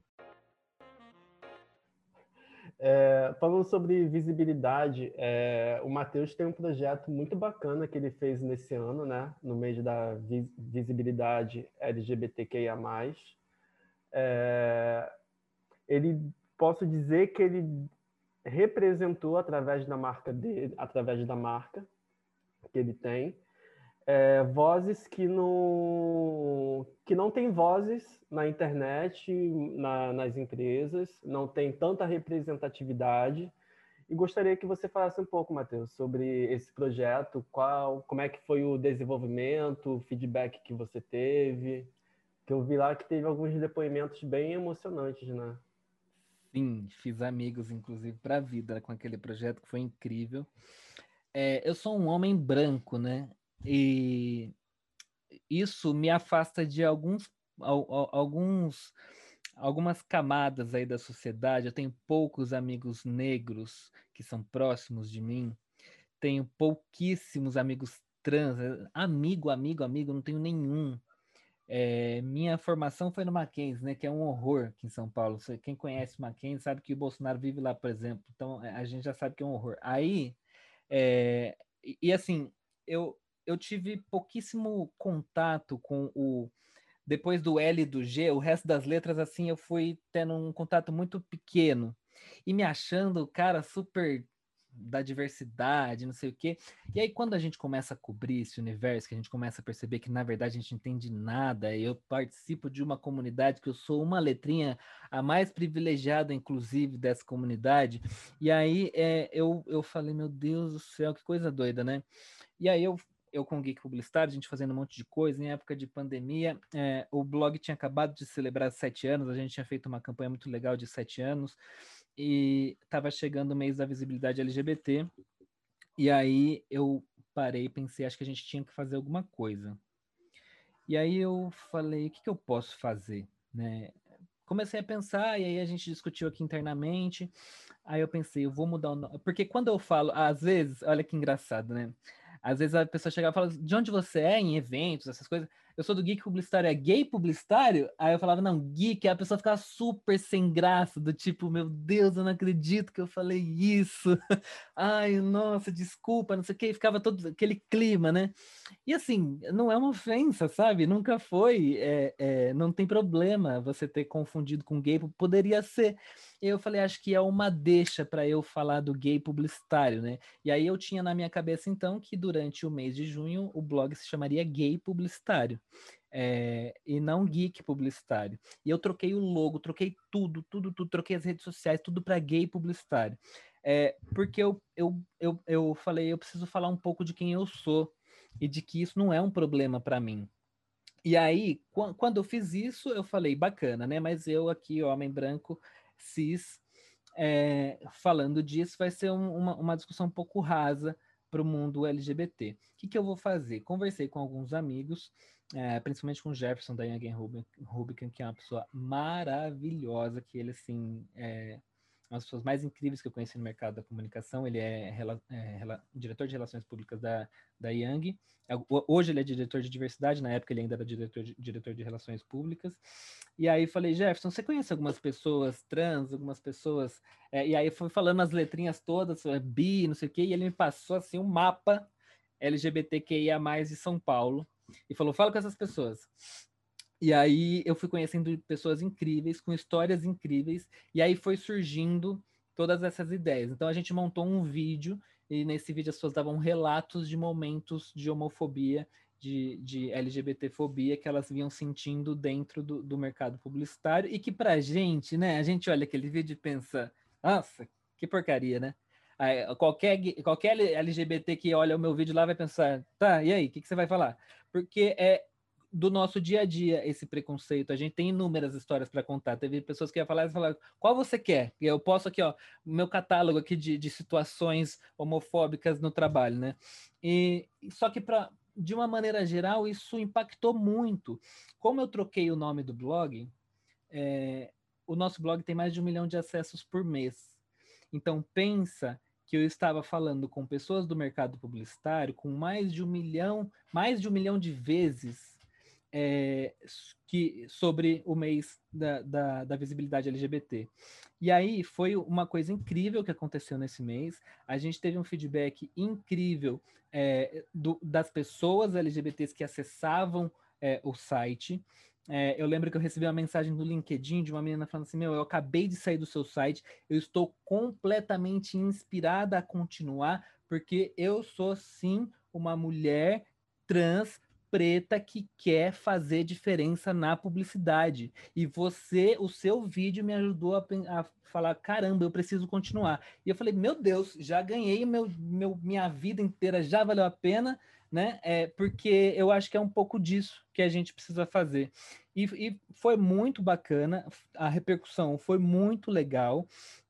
Falando sobre visibilidade, o Matheus tem um projeto muito bacana que ele fez nesse ano, né, no mês da visibilidade LGBTQIA+. Posso dizer que ele representou através da marca dele, através da marca que ele tem, vozes que não têm vozes na internet, nas empresas, não tem tanta representatividade. E gostaria que você falasse um pouco, Matheus, sobre esse projeto, como é que foi o desenvolvimento, o feedback que você teve, que eu vi lá que teve alguns depoimentos bem emocionantes, né? Sim, fiz amigos, inclusive, para a vida com aquele projeto que foi incrível. Eu sou um homem branco, né? E isso me afasta de algumas camadas aí da sociedade. Eu tenho poucos amigos negros que são próximos de mim. Tenho pouquíssimos amigos trans. Amigo, não tenho nenhum. Minha formação foi no Mackenzie, né, que é um horror aqui em São Paulo. Quem conhece o Mackenzie sabe que o Bolsonaro vive lá, por exemplo. Então, a gente já sabe que é um horror. Aí, assim, eu tive pouquíssimo contato com depois do L e do G, o resto das letras, assim, eu fui tendo um contato muito pequeno. E me achando, cara, super da diversidade, não sei o quê. E aí, quando a gente começa a cobrir esse universo, que a gente começa a perceber que, na verdade, a gente não entende nada, eu participo de uma comunidade que eu sou uma letrinha a mais privilegiada, inclusive, dessa comunidade, e aí eu falei, meu Deus do céu, que coisa doida, né? E aí eu com o Geek Publicitário, a gente fazendo um monte de coisa, em época de pandemia, o blog tinha acabado de celebrar 7 anos, a gente tinha feito uma campanha muito legal de 7 anos, e estava chegando o mês da visibilidade LGBT, e aí eu parei e pensei, acho que a gente tinha que fazer alguma coisa. E aí eu falei, o que eu posso fazer, né? Comecei a pensar, e aí a gente discutiu aqui internamente, aí eu pensei, eu vou mudar o nome, porque quando eu falo, às vezes, olha que engraçado, né? Às vezes a pessoa chega e fala, de onde você é, em eventos, essas coisas, eu sou do Geek Publicitário, é gay publicitário? Aí eu falava, não, geek, aí a pessoa ficava super sem graça, do tipo, meu Deus, eu não acredito que eu falei isso, ai, nossa, desculpa, não sei o que, e ficava todo aquele clima, né? E assim, não é uma ofensa, sabe? Nunca foi, não tem problema você ter confundido com gay, poderia ser. Eu falei, acho que é uma deixa para eu falar do gay publicitário, né? E aí eu tinha na minha cabeça, então, que durante o mês de junho o blog se chamaria Gay Publicitário. E não Geek Publicitário. E eu troquei o logo, troquei tudo, troquei as redes sociais, tudo para Gay Publicitário. Porque eu falei, eu preciso falar um pouco de quem eu sou e de que isso não é um problema para mim. E aí, quando eu fiz isso, eu falei, bacana, né? Mas eu aqui, homem branco, cis, falando disso, vai ser uma discussão um pouco rasa para o mundo LGBT. O que eu vou fazer? Conversei com alguns amigos, principalmente com o Jefferson da Young Rubicon, que é uma pessoa maravilhosa, que ele, assim, uma das pessoas mais incríveis que eu conheci no mercado da comunicação. Ele é diretor de relações públicas da Young. Hoje ele é diretor de diversidade, na época ele ainda era diretor de relações públicas. E aí falei, Jefferson, você conhece algumas pessoas trans, algumas pessoas... e aí foi falando as letrinhas todas, bi, não sei o quê, e ele me passou assim um mapa LGBTQIA+, de São Paulo, e falou, fala com essas pessoas. E aí eu fui conhecendo pessoas incríveis, com histórias incríveis, e aí foi surgindo todas essas ideias. Então a gente montou um vídeo, e nesse vídeo as pessoas davam relatos de momentos de homofobia, de LGBTfobia que elas vinham sentindo dentro do mercado publicitário, e que pra gente, né, a gente olha aquele vídeo e pensa, nossa, que porcaria, né? Aí, qualquer LGBT que olha o meu vídeo lá vai pensar, tá, e aí, o que você vai falar? Porque do nosso dia a dia esse preconceito. A gente tem inúmeras histórias para contar. Teve pessoas que iam falar e falaram, qual você quer? Eu posso aqui, ó, meu catálogo aqui de situações homofóbicas no trabalho, né? E só que de uma maneira geral, isso impactou muito. Como eu troquei o nome do blog, o nosso blog tem mais de 1 milhão de acessos por mês. Então pensa que eu estava falando com pessoas do mercado publicitário com mais de 1 milhão de vezes sobre o mês da visibilidade LGBT. E aí foi uma coisa incrível que aconteceu nesse mês. A gente teve um feedback incrível das pessoas LGBTs que acessavam o site. Eu lembro que eu recebi uma mensagem do LinkedIn de uma menina falando assim, eu acabei de sair do seu site, eu estou completamente inspirada a continuar, porque eu sou sim uma mulher trans preta que quer fazer diferença na publicidade. E o seu vídeo me ajudou a falar, caramba, eu preciso continuar. E eu falei, meu Deus, já ganhei minha vida inteira, já valeu a pena, né? Porque eu acho que é um pouco disso que a gente precisa fazer. E foi muito bacana, a repercussão foi muito legal.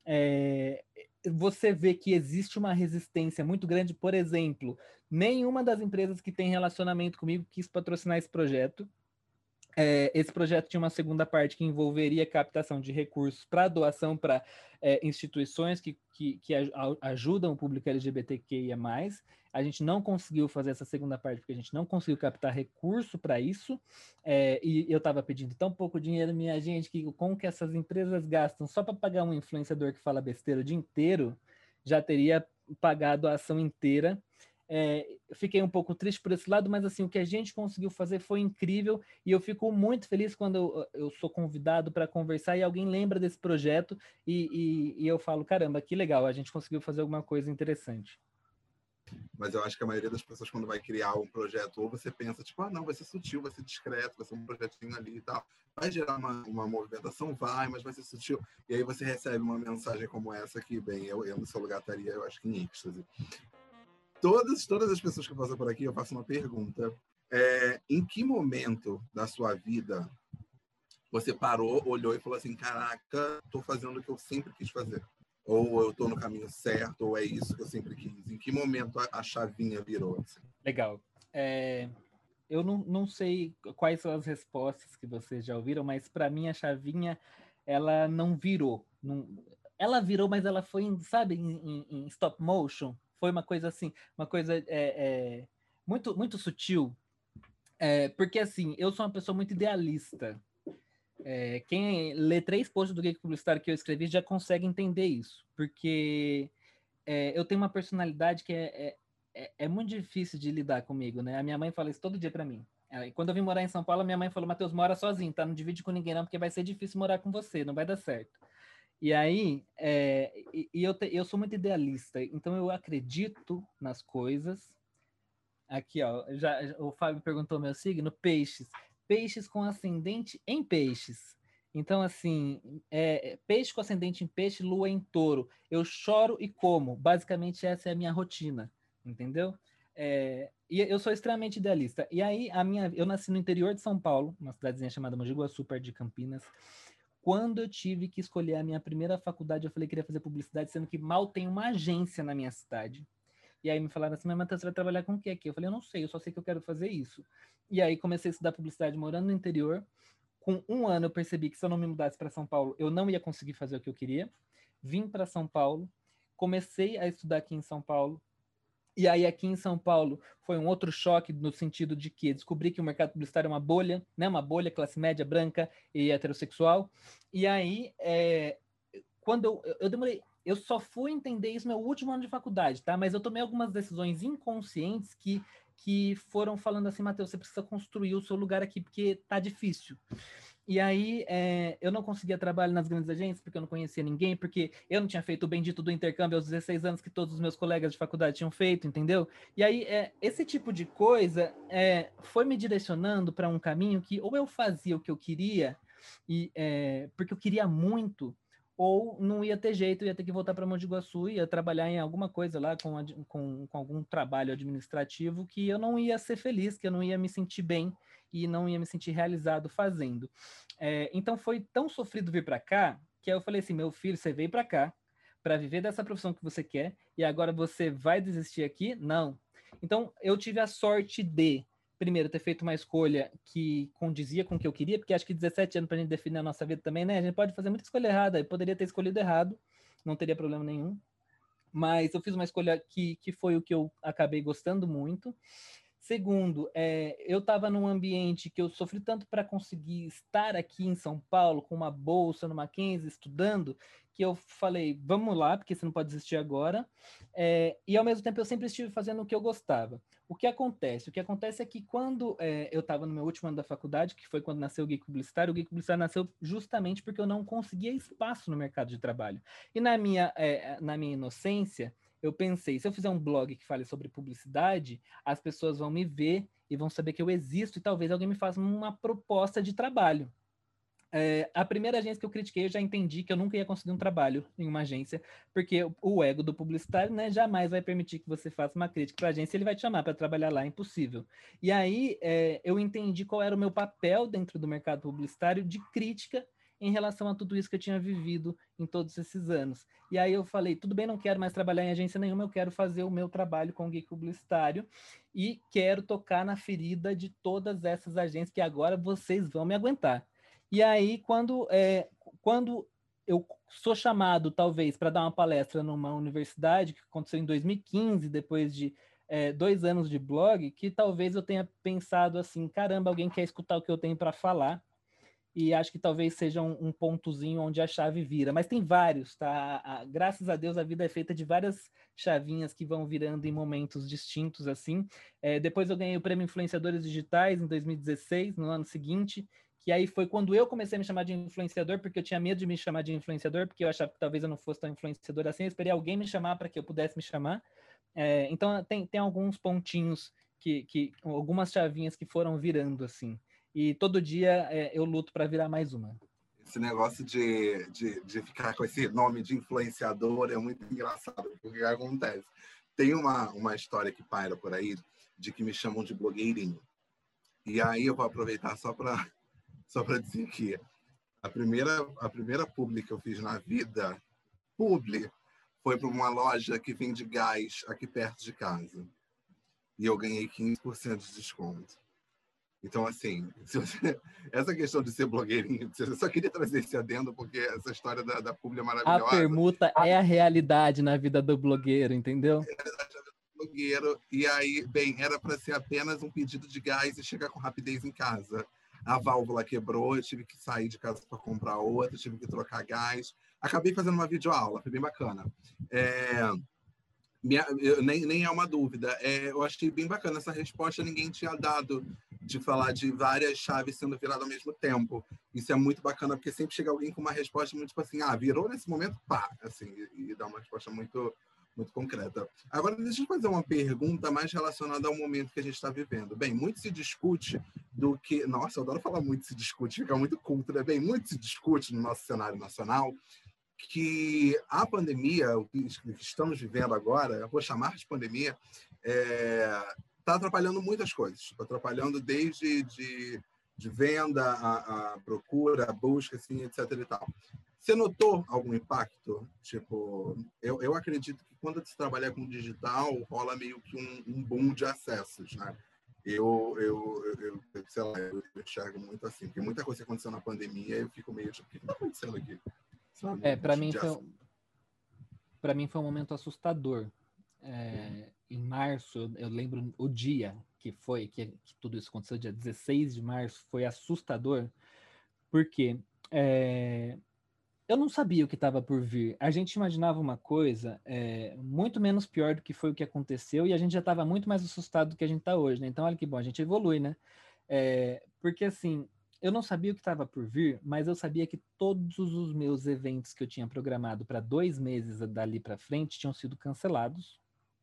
Você vê que existe uma resistência muito grande, por exemplo, nenhuma das empresas que tem relacionamento comigo quis patrocinar esse projeto. Esse projeto tinha uma segunda parte que envolveria captação de recursos para doação para instituições que ajudam o público LGBTQIA+. A gente não conseguiu fazer essa segunda parte porque a gente não conseguiu captar recurso para isso. E eu estava pedindo tão pouco dinheiro, minha gente, que como que essas empresas gastam só para pagar um influenciador que fala besteira o dia inteiro, já teria pagado a ação inteira. Eu fiquei um pouco triste por esse lado, mas assim, o que a gente conseguiu fazer foi incrível e eu fico muito feliz quando eu sou convidado para conversar e alguém lembra desse projeto e eu falo, caramba, que legal, a gente conseguiu fazer alguma coisa interessante. Mas eu acho que a maioria das pessoas, quando vai criar um projeto, ou você pensa, tipo, não, vai ser sutil, vai ser discreto, vai ser um projetinho ali e tal. Vai gerar uma movimentação? Vai, mas vai ser sutil. E aí você recebe uma mensagem como essa que, bem, eu no seu lugar estaria, eu acho que em êxtase. Todas as pessoas que passam por aqui, eu faço uma pergunta. Em que momento da sua vida você parou, olhou e falou assim, caraca, tô fazendo o que eu sempre quis fazer? Ou eu tô no caminho certo, ou é isso que eu sempre quis? Em que momento a chavinha virou? Assim? Legal. Eu não sei quais são as respostas que vocês já ouviram, mas para mim a chavinha, ela não virou. Ela virou, mas ela foi, sabe, em stop motion. Foi uma coisa assim, uma coisa muito, muito sutil. Porque assim, eu sou uma pessoa muito idealista. Quem lê 3 posts do Geek Publicitário que eu escrevi já consegue entender isso. Porque eu tenho uma personalidade que é muito difícil de lidar comigo, né? A minha mãe fala isso todo dia para mim. Quando eu vim morar em São Paulo, minha mãe falou, Matheus, mora sozinho, tá? Não divide com ninguém não, porque vai ser difícil morar com você, não vai dar certo. E aí, eu sou muito idealista, então eu acredito nas coisas. Aqui, ó, o Fábio perguntou meu signo, peixes. Peixes com ascendente em peixes. Então, assim, peixe com ascendente em peixe, lua em touro. Eu choro e como. Basicamente, essa é a minha rotina, entendeu? E eu sou extremamente idealista. E aí, eu nasci no interior de São Paulo, uma cidadezinha chamada Mogi Guaçu, perto de Campinas. Quando eu tive que escolher a minha primeira faculdade, eu falei que queria fazer publicidade, sendo que mal tem uma agência na minha cidade. E aí me falaram assim, mas Matheus, você vai trabalhar com o que aqui? Eu falei, eu não sei, eu só sei que eu quero fazer isso. E aí comecei a estudar publicidade morando no interior. Com 1 ano eu percebi que se eu não me mudasse para São Paulo, eu não ia conseguir fazer o que eu queria. Vim para São Paulo, comecei a estudar aqui em São Paulo. E aí aqui em São Paulo foi um outro choque no sentido de que descobri que o mercado publicitário é uma bolha, né? Uma bolha classe média, branca e heterossexual. E aí, quando eu demorei... Eu só fui entender isso no meu último ano de faculdade, tá? Mas eu tomei algumas decisões inconscientes que foram falando assim, Matheus, você precisa construir o seu lugar aqui, porque tá difícil. E aí, eu não conseguia trabalho nas grandes agências, porque eu não conhecia ninguém, porque eu não tinha feito o bendito do intercâmbio aos 16 anos que todos os meus colegas de faculdade tinham feito, entendeu? E aí, esse tipo de coisa foi me direcionando para um caminho que ou eu fazia o que eu queria, porque eu queria muito, ou não ia ter jeito, ia ter que voltar para Mogi de Guaçu, ia trabalhar em alguma coisa lá com algum trabalho administrativo que eu não ia ser feliz, que eu não ia me sentir bem e não ia me sentir realizado fazendo. Então foi tão sofrido vir para cá que eu falei assim, meu filho, você veio para cá para viver dessa profissão que você quer e agora você vai desistir aqui? Não. Então eu tive a sorte de primeiro, ter feito uma escolha que condizia com o que eu queria, porque acho que 17 anos para a gente definir a nossa vida também, né? A gente pode fazer muita escolha errada, eu poderia ter escolhido errado, não teria problema nenhum. Mas eu fiz uma escolha que foi o que eu acabei gostando muito. Segundo, eu estava num ambiente que eu sofri tanto para conseguir estar aqui em São Paulo, com uma bolsa no Mackenzie, estudando, que eu falei, vamos lá, porque você não pode desistir agora. E ao mesmo tempo eu sempre estive fazendo o que eu gostava. O que acontece? O que acontece é que quando eu estava no meu último ano da faculdade, que foi quando nasceu o Geek Publicitário, o Geek Publicitário nasceu justamente porque eu não conseguia espaço no mercado de trabalho. E na minha inocência, eu pensei, se eu fizer um blog que fale sobre publicidade, as pessoas vão me ver e vão saber que eu existo e talvez alguém me faça uma proposta de trabalho. A primeira agência que eu critiquei, eu já entendi que eu nunca ia conseguir um trabalho em uma agência, porque o ego do publicitário, né, jamais vai permitir que você faça uma crítica para a agência, ele vai te chamar para trabalhar lá, é impossível. E aí eu entendi qual era o meu papel dentro do mercado publicitário de crítica em relação a tudo isso que eu tinha vivido em todos esses anos. E aí eu falei, tudo bem, não quero mais trabalhar em agência nenhuma, eu quero fazer o meu trabalho com o Geek Publicitário e quero tocar na ferida de todas essas agências que agora vocês vão me aguentar. E aí, quando eu sou chamado, talvez, para dar uma palestra numa universidade, que aconteceu em 2015, depois de 2 anos de blog, que talvez eu tenha pensado assim, caramba, alguém quer escutar o que eu tenho para falar, e acho que talvez seja um pontozinho onde a chave vira. Mas tem vários, tá? Graças a Deus, a vida é feita de várias chavinhas que vão virando em momentos distintos, assim. Depois eu ganhei o Prêmio Influenciadores Digitais em 2016, no ano seguinte, que aí foi quando eu comecei a me chamar de influenciador, porque eu tinha medo de me chamar de influenciador, porque eu achava que talvez eu não fosse tão influenciador assim, eu esperei alguém me chamar para que eu pudesse me chamar. Então, tem alguns pontinhos, algumas chavinhas que foram virando, assim. E todo dia eu luto para virar mais uma. Esse negócio de ficar com esse nome de influenciador é muito engraçado, porque o que acontece? Tem uma história que paira por aí, de que me chamam de blogueirinho. E aí eu vou aproveitar só para dizer que A primeira publi que eu fiz na vida, publi, foi para uma loja que vende gás aqui perto de casa. E eu ganhei 15% de desconto. Então, assim, essa questão de ser blogueirinho, eu só queria trazer esse adendo, porque essa história da publi é maravilhosa. A permuta é a realidade na vida do blogueiro, entendeu? Blogueiro, e aí, bem, era para ser apenas um pedido de gás e chegar com rapidez em casa. A válvula quebrou, eu tive que sair de casa para comprar outra, tive que trocar gás. Acabei fazendo uma videoaula, foi bem bacana. Nem é uma dúvida. Eu achei bem bacana essa resposta, ninguém tinha dado, de falar de várias chaves sendo viradas ao mesmo tempo. Isso é muito bacana, porque sempre chega alguém com uma resposta muito tipo assim, virou nesse momento, pá, assim, e dá uma resposta muito, muito concreta. Agora, deixa eu fazer uma pergunta mais relacionada ao momento que a gente está vivendo. Bem, muito se discute do que... Nossa, eu adoro falar muito se discute, fica muito culto, né? Bem, muito se discute no nosso cenário nacional que a pandemia, o que estamos vivendo agora, eu vou chamar de pandemia, está atrapalhando muitas coisas. Está atrapalhando desde de venda, a procura, a busca, assim, etc. e tal. Você notou algum impacto? Tipo, eu acredito que quando se trabalha com digital, rola meio que um boom de acessos, né? Eu sei lá, eu enxergo muito assim, porque muita coisa aconteceu na pandemia e eu fico meio tipo, o que está acontecendo aqui? Para mim foi um momento assustador. Em março, eu lembro o dia que tudo isso aconteceu, dia 16 de março, foi assustador, porque eu não sabia o que estava por vir. A gente imaginava uma coisa muito menos pior do que foi o que aconteceu, e a gente já estava muito mais assustado do que a gente está hoje, né? Então, olha que bom, a gente evolui, né? Porque, assim, eu não sabia o que estava por vir, mas eu sabia que todos os meus eventos que eu tinha programado para 2 meses dali para frente tinham sido cancelados.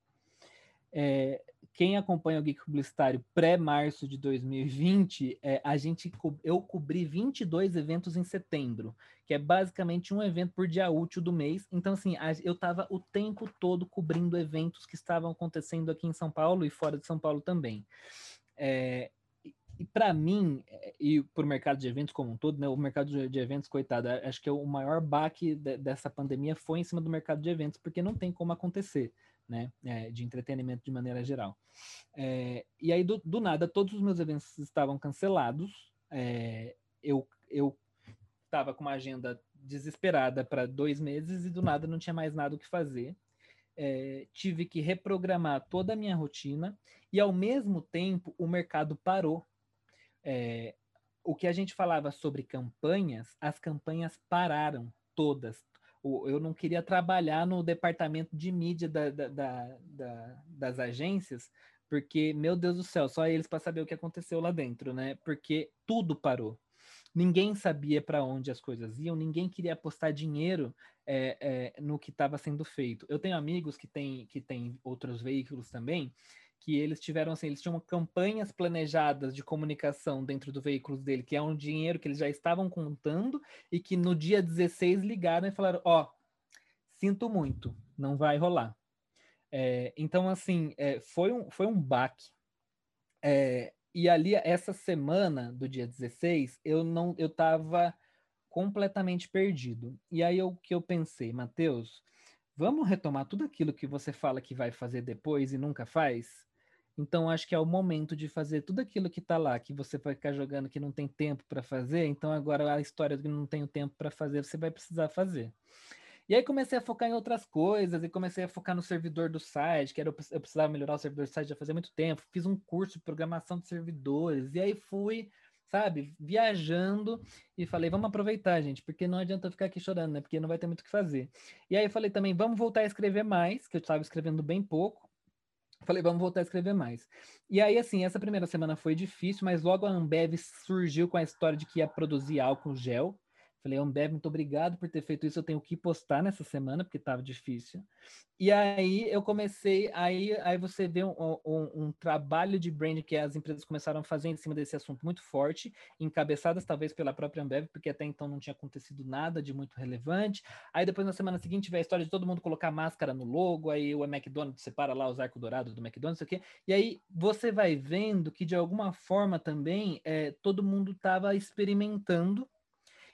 Quem acompanha o Geek Publicitário pré-março de 2020, eu cobri 22 eventos em setembro, que é basicamente um evento por dia útil do mês. Então, assim, eu estava o tempo todo cobrindo eventos que estavam acontecendo aqui em São Paulo e fora de São Paulo também. E para mim, e para o mercado de eventos como um todo, né, o mercado de eventos, coitado, acho que o maior baque dessa pandemia foi em cima do mercado de eventos, porque não tem como acontecer, né, de entretenimento de maneira geral. E aí, do nada, todos os meus eventos estavam cancelados. Eu estava com uma agenda desesperada para 2 meses e do nada não tinha mais nada o que fazer. Tive que reprogramar toda a minha rotina e, ao mesmo tempo, o mercado parou. O que a gente falava sobre campanhas, as campanhas pararam todas. Eu não queria trabalhar no departamento de mídia das agências, porque, meu Deus do céu, só eles para saber o que aconteceu lá dentro, né? Porque tudo parou. Ninguém sabia para onde as coisas iam, ninguém queria apostar dinheiro no que estava sendo feito. Eu tenho amigos que têm outros veículos também, que eles tinham campanhas planejadas de comunicação dentro do veículo dele, que é um dinheiro que eles já estavam contando, e que no dia 16 ligaram e falaram, sinto muito, não vai rolar. Então, assim, foi um baque. E ali, essa semana do dia 16, eu estava completamente perdido. E aí, que eu pensei, Matheus, vamos retomar tudo aquilo que você fala que vai fazer depois e nunca faz? Então, acho que é o momento de fazer tudo aquilo que está lá, que você vai ficar jogando que não tem tempo para fazer. Então, agora a história do que não tenho tempo para fazer, você vai precisar fazer. E aí comecei a focar em outras coisas, e comecei a focar no servidor do site, eu precisava melhorar o servidor do site já fazia muito tempo. Fiz um curso de programação de servidores, e aí fui, sabe, viajando, e falei, vamos aproveitar, gente, porque não adianta eu ficar aqui chorando, né? Porque não vai ter muito o que fazer. E aí eu falei também, vamos voltar a escrever mais, que eu estava escrevendo bem pouco. Falei, vamos voltar a escrever mais. E aí, assim, essa primeira semana foi difícil, mas logo a Ambev surgiu com a história de que ia produzir álcool gel. Falei, Ambev, muito obrigado por ter feito isso. Eu tenho que postar nessa semana, porque estava difícil. E aí eu comecei, aí você vê um trabalho de branding que as empresas começaram a fazer em cima desse assunto muito forte, encabeçadas talvez pela própria Ambev, porque até então não tinha acontecido nada de muito relevante. Aí depois na semana seguinte veio a história de todo mundo colocar máscara no logo, aí o McDonald's separa lá os arcos dourados do McDonald's, isso aqui. E aí você vai vendo que de alguma forma também todo mundo estava experimentando.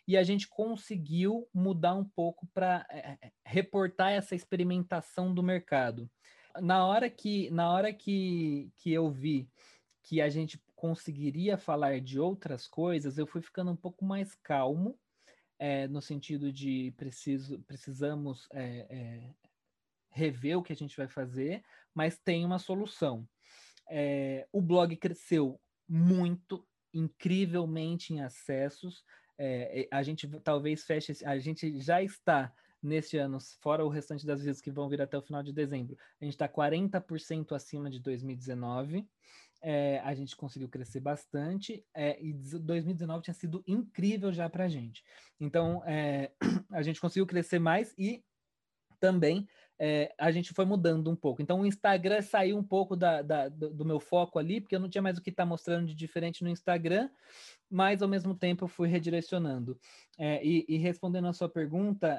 e a gente conseguiu mudar um pouco para reportar essa experimentação do mercado. Na hora que eu vi que a gente conseguiria falar de outras coisas, eu fui ficando um pouco mais calmo, no sentido de precisamos rever o que a gente vai fazer, mas tem uma solução. O blog cresceu muito, incrivelmente em acessos. A gente talvez feche, a gente já está neste ano, fora o restante das vezes que vão vir até o final de dezembro, a gente está 40% acima de 2019. A gente conseguiu crescer bastante, e 2019 tinha sido incrível já para a gente. Então, a gente conseguiu crescer mais e também a gente foi mudando um pouco. Então, o Instagram saiu um pouco do meu foco ali, porque eu não tinha mais o que estar mostrando de diferente no Instagram, mas, ao mesmo tempo, eu fui redirecionando. E respondendo a sua pergunta,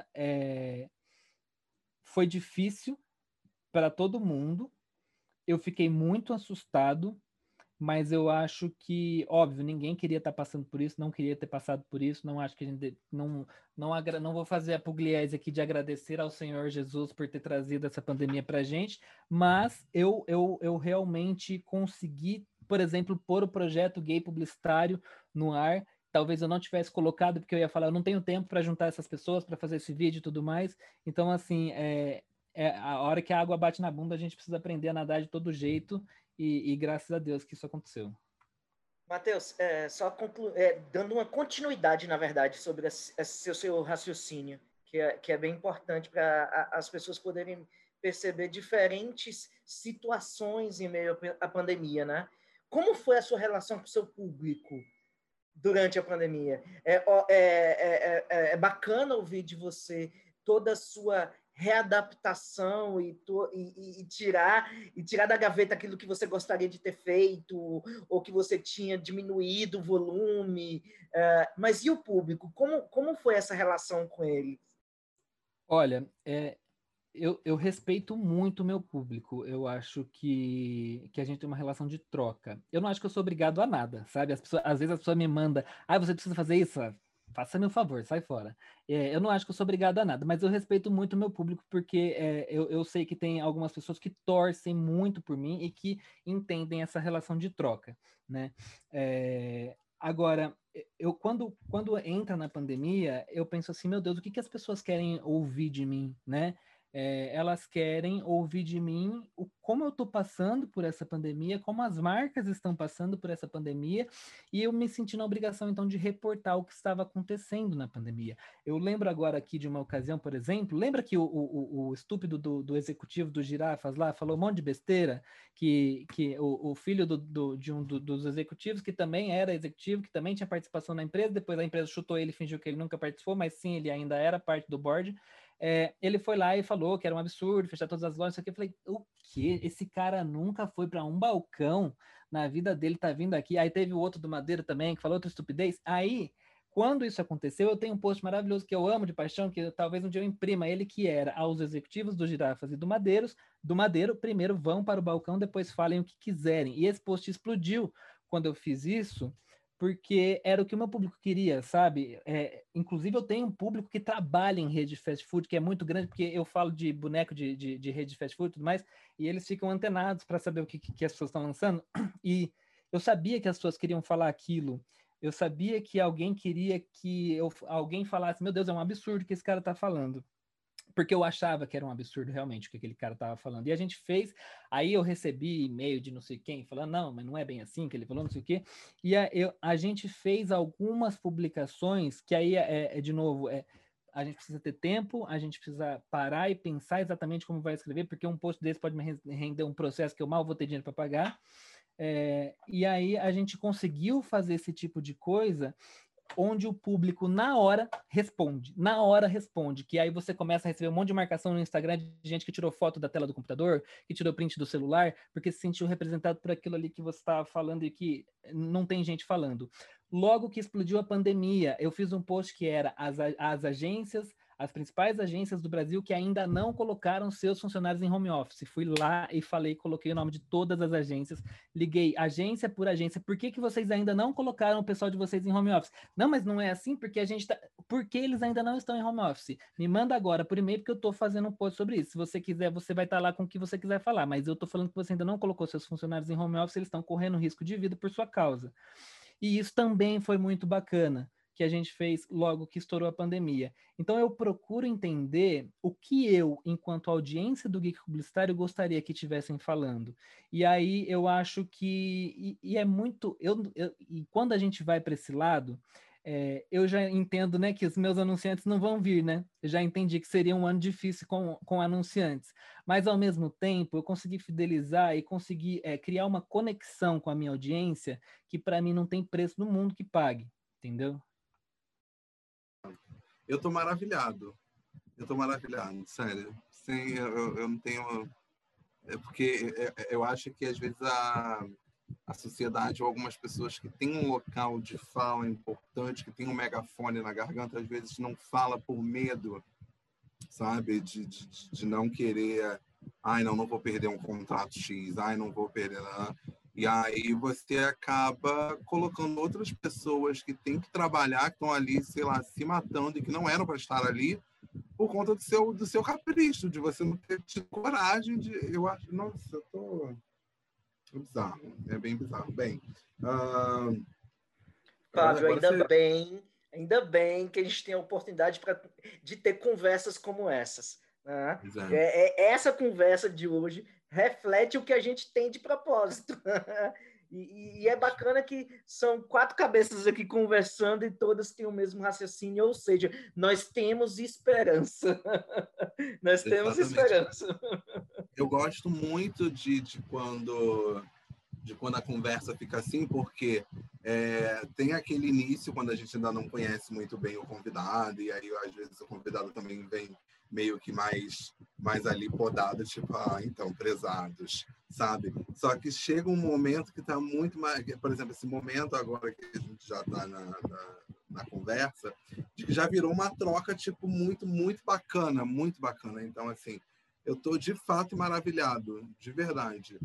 foi difícil para todo mundo. Eu fiquei muito assustado, mas eu acho que, óbvio, ninguém queria estar passando por isso, não queria ter passado por isso, não acho que a gente não vou fazer a pugliese aqui de agradecer ao Senhor Jesus por ter trazido essa pandemia para a gente, mas eu realmente consegui, por exemplo, pôr o projeto gay publicitário no ar. Talvez eu não tivesse colocado, porque eu ia falar, eu não tenho tempo para juntar essas pessoas, para fazer esse vídeo e tudo mais. Então, assim, a hora que a água bate na bunda, a gente precisa aprender a nadar de todo jeito. E graças a Deus que isso aconteceu. Matheus, dando uma continuidade, na verdade, sobre esse seu raciocínio, que é bem importante para as pessoas poderem perceber diferentes situações em meio à pandemia, né? Como foi a sua relação com o seu público durante a pandemia? É bacana ouvir de você toda a sua readaptação e tirar da gaveta aquilo que você gostaria de ter feito ou que você tinha diminuído o volume. Mas e o público? Como foi essa relação com ele? Olha, eu respeito muito o meu público. Eu acho que a gente tem uma relação de troca. Eu não acho que eu sou obrigado a nada, sabe? Às vezes a pessoa me manda, você precisa fazer isso? Faça meu favor, sai fora. Eu não acho que eu sou obrigado a nada, mas eu respeito muito o meu público, porque eu sei que tem algumas pessoas que torcem muito por mim e que entendem essa relação de troca, né? Agora, quando entra na pandemia, eu penso assim, meu Deus, o que as pessoas querem ouvir de mim, né? Elas querem ouvir de mim como eu estou passando por essa pandemia, como as marcas estão passando por essa pandemia, e eu me senti na obrigação, então, de reportar o que estava acontecendo na pandemia. Eu lembro agora aqui de uma ocasião, por exemplo, lembra que o estúpido do executivo do Girafas lá falou um monte de besteira, que o filho de um dos executivos, que também era executivo, que também tinha participação na empresa, depois a empresa chutou ele, fingiu que ele nunca participou, mas sim, ele ainda era parte do board. Ele foi lá e falou que era um absurdo fechar todas as lojas. Eu falei, o quê? Esse cara nunca foi para um balcão na vida dele, tá vindo aqui. Aí teve o outro do Madeira também, que falou outra estupidez. Aí, quando isso aconteceu, eu tenho um post maravilhoso que eu amo de paixão, que talvez um dia eu imprima ele, que era aos executivos do Girafas e do Madeiro, primeiro vão para o balcão, depois falem o que quiserem. E esse post explodiu quando eu fiz isso, porque era o que o meu público queria, sabe? Inclusive, eu tenho um público que trabalha em rede de fast food, que é muito grande, porque eu falo de boneco de rede de fast food e tudo mais, e eles ficam antenados para saber o que as pessoas estão lançando. E eu sabia que as pessoas queriam falar aquilo. Eu sabia que alguém queria que alguém falasse, meu Deus, é um absurdo que esse cara está falando. Porque eu achava que era um absurdo realmente o que aquele cara estava falando. E a gente fez, aí eu recebi e-mail de não sei quem, falando, não, mas não é bem assim que ele falou, não sei o quê. E a gente fez algumas publicações, que aí de novo, a gente precisa ter tempo, a gente precisa parar e pensar exatamente como vai escrever, porque um post desse pode me render um processo que eu mal vou ter dinheiro para pagar. E aí a gente conseguiu fazer esse tipo de coisa onde o público na hora responde, que aí você começa a receber um monte de marcação no Instagram de gente que tirou foto da tela do computador, que tirou print do celular, porque se sentiu representado por aquilo ali que você estava falando e que não tem gente falando. Logo que explodiu a pandemia, eu fiz um post que era as agências, as principais agências do Brasil que ainda não colocaram seus funcionários em home office. Fui lá e falei, coloquei o nome de todas as agências, liguei agência por agência. Por que vocês ainda não colocaram o pessoal de vocês em home office? Não, mas não é assim, porque porque eles ainda não estão em home office. Me manda agora por e-mail, porque eu estou fazendo um post sobre isso. Se você quiser, você vai estar lá com o que você quiser falar, mas eu estou falando que você ainda não colocou seus funcionários em home office, eles estão correndo risco de vida por sua causa. E isso também foi muito bacana, que a gente fez logo que estourou a pandemia. Então eu procuro entender o que eu, enquanto audiência do Geek Publicitário, gostaria que estivessem falando. E aí eu acho que... E é muito... E quando a gente vai para esse lado... eu já entendo, né, que os meus anunciantes não vão vir, né? Eu já entendi que seria um ano difícil com anunciantes. Mas, ao mesmo tempo, eu consegui fidelizar e consegui criar uma conexão com a minha audiência que, para mim, não tem preço no mundo que pague, entendeu? Eu tô maravilhado, sério. Sim, eu não tenho... porque eu acho que, às vezes, a sociedade ou algumas pessoas que têm um local de fala importante, que tem um megafone na garganta, às vezes não fala por medo, sabe? De não querer, ai, não vou perder um contrato X, ai, não vou perder nada. E aí você acaba colocando outras pessoas que têm que trabalhar, que estão ali, sei lá, se matando e que não eram para estar ali, por conta do seu capricho, de você não ter tido coragem de... Eu acho... Nossa, eu tô... É bizarro, é bem bizarro. Bem, Fábio, agora você... ainda bem que a gente tem a oportunidade de ter conversas como essas. Né? Essa conversa de hoje reflete o que a gente tem de propósito. E é bacana que são 4 cabeças aqui conversando e todas têm o mesmo raciocínio, ou seja, nós temos esperança. Nós temos esperança. Eu gosto muito de quando a conversa fica assim, porque tem aquele início quando a gente ainda não conhece muito bem o convidado, e aí às vezes o convidado também vem meio que mais ali podado, tipo, então, prezados, sabe? Só que chega um momento que está muito mais... Por exemplo, esse momento agora que a gente já está na conversa, de que já virou uma troca, tipo, muito, muito bacana, muito bacana. Então, assim, eu estou de fato maravilhado, de verdade.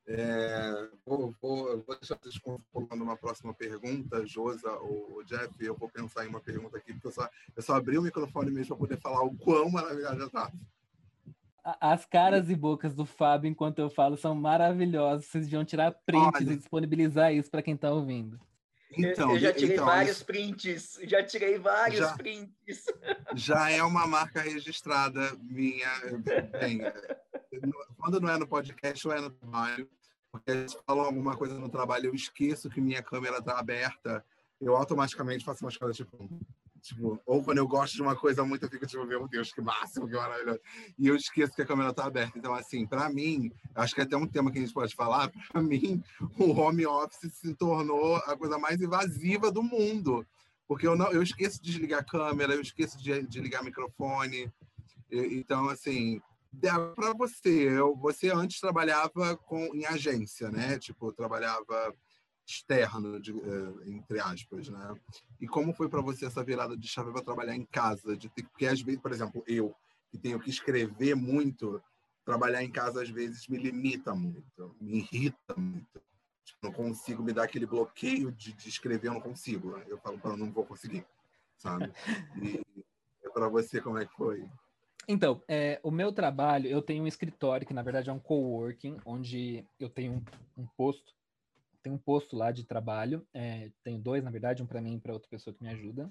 Vou deixar vocês colocando uma próxima pergunta, Josa ou Jeff. Eu vou pensar em uma pergunta aqui, porque eu só abri o microfone mesmo para poder falar o quão maravilhoso já está. As caras e bocas do Fábio enquanto eu falo são maravilhosas. Vocês deviam tirar prints e disponibilizar isso para quem está ouvindo. Então, eu já tirei vários prints. Prints. Já é uma marca registrada minha. Bem, quando não é no podcast ou é no trabalho, porque eles falam alguma coisa no trabalho, eu esqueço que minha câmera está aberta, eu automaticamente faço umas coisas tipo, ou quando eu gosto de uma coisa muito, eu fico tipo, meu Deus, que máximo, que maravilhoso. E eu esqueço que a câmera está aberta. Então, assim, para mim, acho que é até um tema que a gente pode falar, para mim, o home office se tornou a coisa mais invasiva do mundo. Porque eu esqueço de desligar a câmera, eu esqueço de ligar o microfone. Então, assim, para você antes trabalhava em agência, né? Tipo, trabalhava externo, entre aspas, né? E como foi para você essa virada de chave para trabalhar em casa? Porque às vezes, por exemplo, eu que tenho que escrever muito, trabalhar em casa às vezes me limita muito, me irrita muito. Tipo, não consigo me dar aquele bloqueio de escrever, eu não consigo. Eu falo, não vou conseguir, sabe? E para você, como é que foi? Então, o meu trabalho, eu tenho um escritório, que na verdade é um coworking, onde eu tenho um posto. Tem um posto lá de trabalho, tenho 2, na verdade, um para mim e para outra pessoa que me ajuda.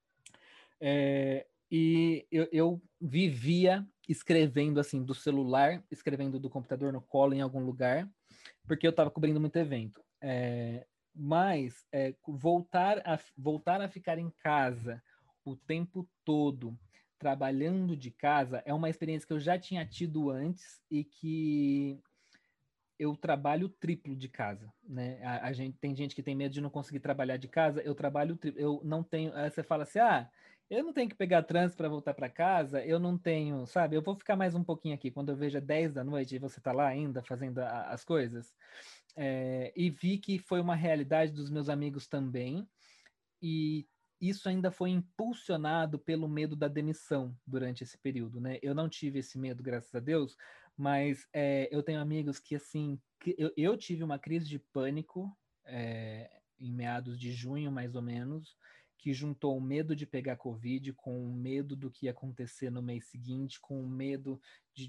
E eu vivia escrevendo assim do celular, escrevendo do computador no colo em algum lugar, porque eu estava cobrindo muito evento. Mas voltar a ficar em casa o tempo todo, trabalhando de casa, é uma experiência que eu já tinha tido antes e que eu trabalho triplo de casa, né? Tem gente que tem medo de não conseguir trabalhar de casa, eu trabalho triplo. Eu não tenho... Aí você fala assim, eu não tenho que pegar trânsito para voltar para casa, eu não tenho, sabe? Eu vou ficar mais um pouquinho aqui. Quando eu vejo 10 da noite e você está lá ainda fazendo as coisas. E vi que foi uma realidade dos meus amigos também. E isso ainda foi impulsionado pelo medo da demissão durante esse período, né? Eu não tive esse medo, graças a Deus, mas eu tenho amigos que, assim, eu tive uma crise de pânico em meados de junho, mais ou menos, que juntou o medo de pegar Covid com o medo do que ia acontecer no mês seguinte, com o medo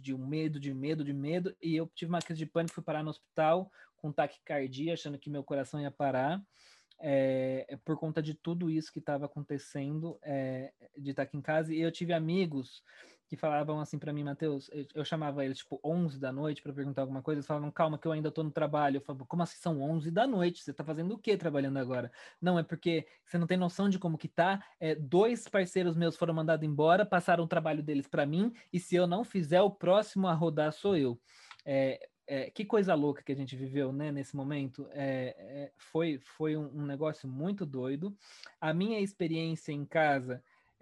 de medo, e eu tive uma crise de pânico, fui parar no hospital com taquicardia, achando que meu coração ia parar, por conta de tudo isso que estava acontecendo, de estar aqui em casa. E eu tive amigos que falavam assim para mim, Matheus, eu chamava eles tipo 11 da noite para perguntar alguma coisa, eles falavam, calma que eu ainda estou no trabalho. Eu falava, como assim são 11 da noite? Você está fazendo o que trabalhando agora? Não, é porque você não tem noção de como que tá. Dois parceiros meus foram mandados embora, passaram o trabalho deles para mim, e se eu não fizer, o próximo a rodar sou eu. Que coisa louca que a gente viveu, né, nesse momento. Foi um negócio muito doido. A minha experiência em casa,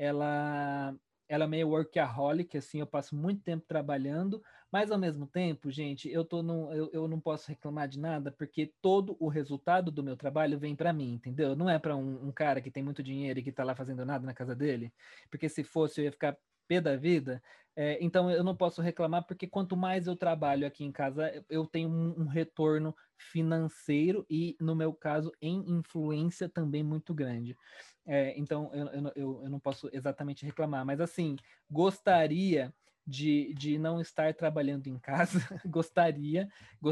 ela é meio workaholic, assim, eu passo muito tempo trabalhando, mas ao mesmo tempo, gente, eu não posso reclamar de nada, porque todo o resultado do meu trabalho vem para mim, entendeu? Não é para um cara que tem muito dinheiro e que tá lá fazendo nada na casa dele, porque se fosse eu ia ficar pé da vida. Então eu não posso reclamar, porque quanto mais eu trabalho aqui em casa, eu tenho um retorno financeiro e, no meu caso, em influência também muito grande. Então eu não posso exatamente reclamar, mas assim, gostaria de não estar trabalhando em casa, gostaria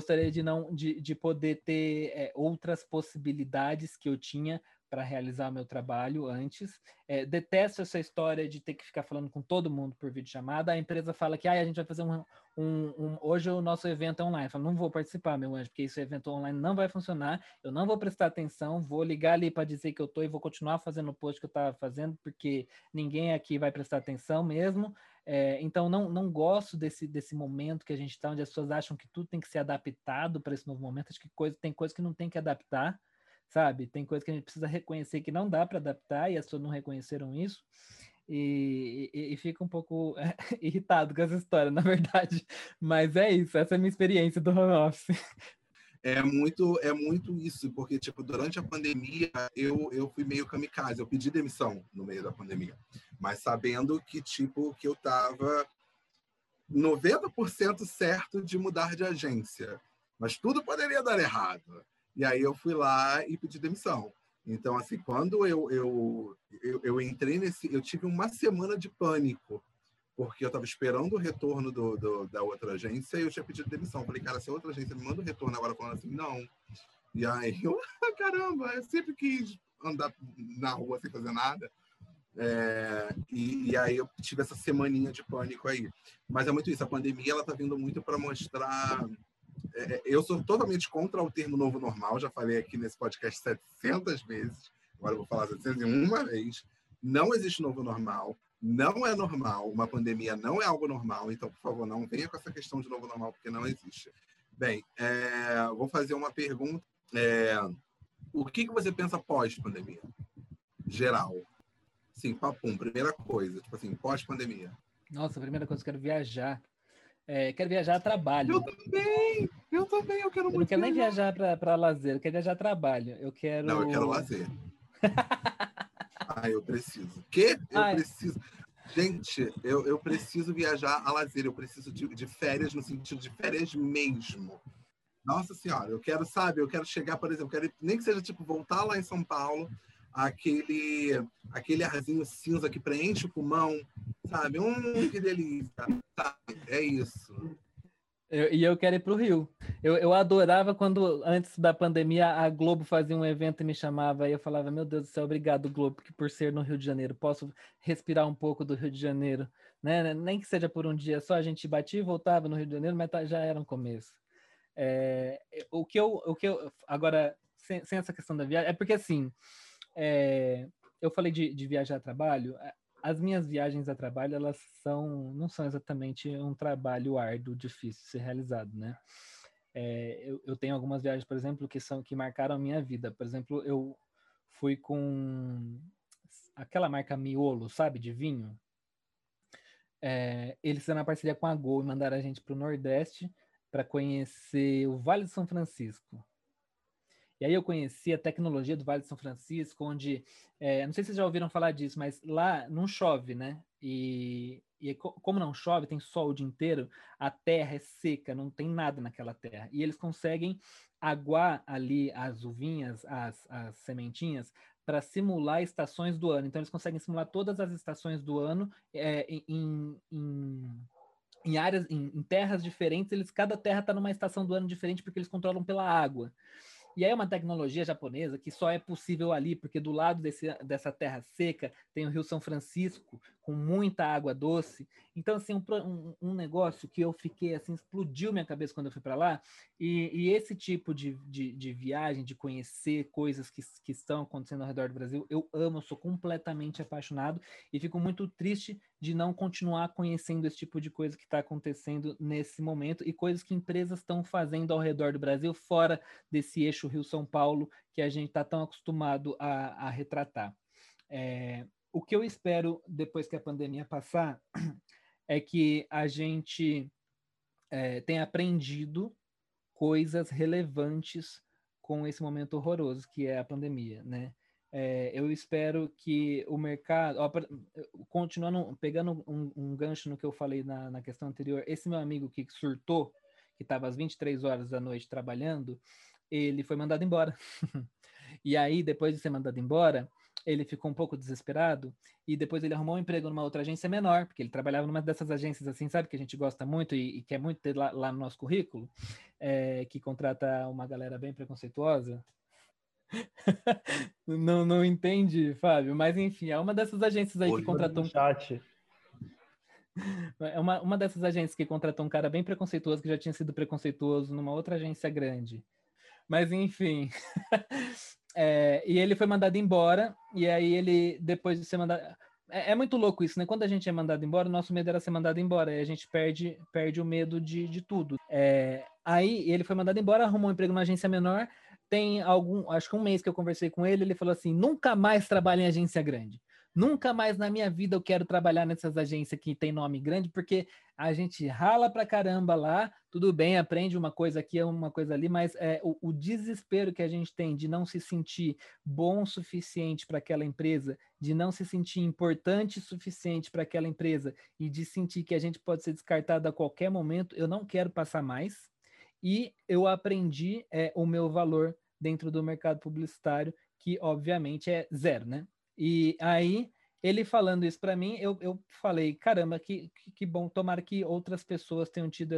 de poder ter outras possibilidades que eu tinha para realizar meu trabalho antes. Detesto essa história de ter que ficar falando com todo mundo por videochamada. A empresa fala que a gente vai fazer hoje o nosso evento é online. Eu falo, não vou participar, meu anjo, porque esse evento online não vai funcionar, eu não vou prestar atenção, vou ligar ali para dizer que eu estou e vou continuar fazendo o post que eu estava fazendo, porque ninguém aqui vai prestar atenção mesmo. Então, não gosto desse momento que a gente está, onde as pessoas acham que tudo tem que ser adaptado para esse novo momento. Acho que tem coisa que não tem que adaptar, sabe? Tem coisa que a gente precisa reconhecer que não dá para adaptar, e as pessoas não reconheceram isso. E fica um pouco irritado com essa história, na verdade. Mas é isso, essa é a minha experiência do home office. É muito isso, porque, tipo, durante a pandemia, eu fui meio kamikaze, eu pedi demissão no meio da pandemia, mas sabendo que, tipo, que eu tava 90% certo de mudar de agência, mas tudo poderia dar errado. E aí eu fui lá e pedi demissão. Então, assim, quando eu entrei eu tive uma semana de pânico, porque eu estava esperando o retorno da outra agência e eu tinha pedido demissão. Falei, cara, se a outra agência me manda o retorno agora, falando assim, não. E aí eu, caramba, eu sempre quis andar na rua sem fazer nada. E aí eu tive essa semaninha de pânico aí. Mas é muito isso, a pandemia ela está vindo muito para mostrar... eu sou totalmente contra o termo novo normal, já falei aqui nesse podcast 700 vezes, agora eu vou falar 701 vez. Não existe novo normal. Não é normal, uma pandemia não é algo normal, então, por favor, não venha com essa questão de novo normal, porque não existe. Bem, vou fazer uma pergunta. O que você pensa pós-pandemia? Geral. Sim, papum, primeira coisa, tipo assim, pós-pandemia. Nossa, a primeira coisa, eu quero viajar. Quero viajar a trabalho. Eu também, eu quero muito viajar. Eu não quero nem viajar para lazer, eu quero viajar a trabalho. Não, eu quero lazer. Eu preciso. Eu preciso. Gente, eu preciso viajar a lazer, eu preciso de férias no sentido de férias mesmo. Nossa Senhora, eu quero chegar, por exemplo, nem que seja tipo voltar lá em São Paulo, aquele arzinho cinza que preenche o pulmão, sabe? Que delícia, sabe? É isso. Eu quero ir para o Rio. Eu adorava quando, antes da pandemia, a Globo fazia um evento e me chamava, e eu falava, meu Deus do céu, obrigado, Globo, que por ser no Rio de Janeiro, posso respirar um pouco do Rio de Janeiro, né? Nem que seja por um dia só, a gente batia e voltava no Rio de Janeiro, mas já era um começo. Agora, sem essa questão da viagem, é porque assim, eu falei de viajar a trabalho. As minhas viagens a trabalho, elas não são exatamente um trabalho árduo, difícil de ser realizado, né? Eu tenho algumas viagens, por exemplo, que marcaram a minha vida. Por exemplo, eu fui com aquela marca Miolo, sabe, de vinho. Eles fizeram uma parceria com a Gol e mandaram a gente para o Nordeste para conhecer o Vale de São Francisco. E aí eu conheci a tecnologia do Vale de São Francisco, onde, não sei se vocês já ouviram falar disso, mas lá não chove, né? Como não chove, tem sol o dia inteiro, a terra é seca, não tem nada naquela terra. E eles conseguem aguar ali as uvinhas, as sementinhas, para simular estações do ano. Então, eles conseguem simular todas as estações do ano em áreas, em terras diferentes. Cada terra está numa estação do ano diferente porque eles controlam pela água. E aí é uma tecnologia japonesa que só é possível ali, porque do lado dessa terra seca tem o Rio São Francisco, com muita água doce. Então, assim, um negócio que eu fiquei, assim, explodiu minha cabeça quando eu fui para lá. E esse tipo de viagem, de conhecer coisas que estão acontecendo ao redor do Brasil, eu amo, eu sou completamente apaixonado e fico muito triste de não continuar conhecendo esse tipo de coisa que está acontecendo nesse momento e coisas que empresas estão fazendo ao redor do Brasil, fora desse eixo Rio-São Paulo que a gente está tão acostumado a retratar. O que eu espero depois que a pandemia passar é que a gente tenha aprendido coisas relevantes com esse momento horroroso que é a pandemia, né? Eu espero que o mercado, continuando, pegando um gancho no que eu falei na questão anterior, esse meu amigo que surtou, que estava às 23 horas da noite trabalhando, ele foi mandado embora. E aí, depois de ser mandado embora, ele ficou um pouco desesperado e depois ele arrumou um emprego numa outra agência menor, porque ele trabalhava numa dessas agências assim, sabe, que a gente gosta muito e quer muito ter lá no nosso currículo, que contrata uma galera bem preconceituosa. Não entende, Fábio, mas enfim, é uma dessas agências aí que contratou uma dessas agências que contratou um cara bem preconceituoso que já tinha sido preconceituoso numa outra agência grande. Mas enfim. E ele foi mandado embora, e aí ele, depois de ser mandado. É muito louco isso, né? Quando a gente é mandado embora, o nosso medo era ser mandado embora, aí a gente perde o medo de tudo. Aí ele foi mandado embora, arrumou um emprego numa agência menor. Tem acho que um mês que eu conversei com ele, ele falou assim: nunca mais trabalho em agência grande. Nunca mais na minha vida eu quero trabalhar nessas agências que tem nome grande, porque a gente rala pra caramba lá, tudo bem, aprende uma coisa aqui, uma coisa ali, mas o desespero que a gente tem de não se sentir bom o suficiente para aquela empresa, de não se sentir importante o suficiente para aquela empresa e de sentir que a gente pode ser descartado a qualquer momento, eu não quero passar mais. E eu aprendi o meu valor dentro do mercado publicitário, que obviamente é zero, né? E aí, ele falando isso para mim, eu falei, caramba, que bom, tomara que outras pessoas tenham tido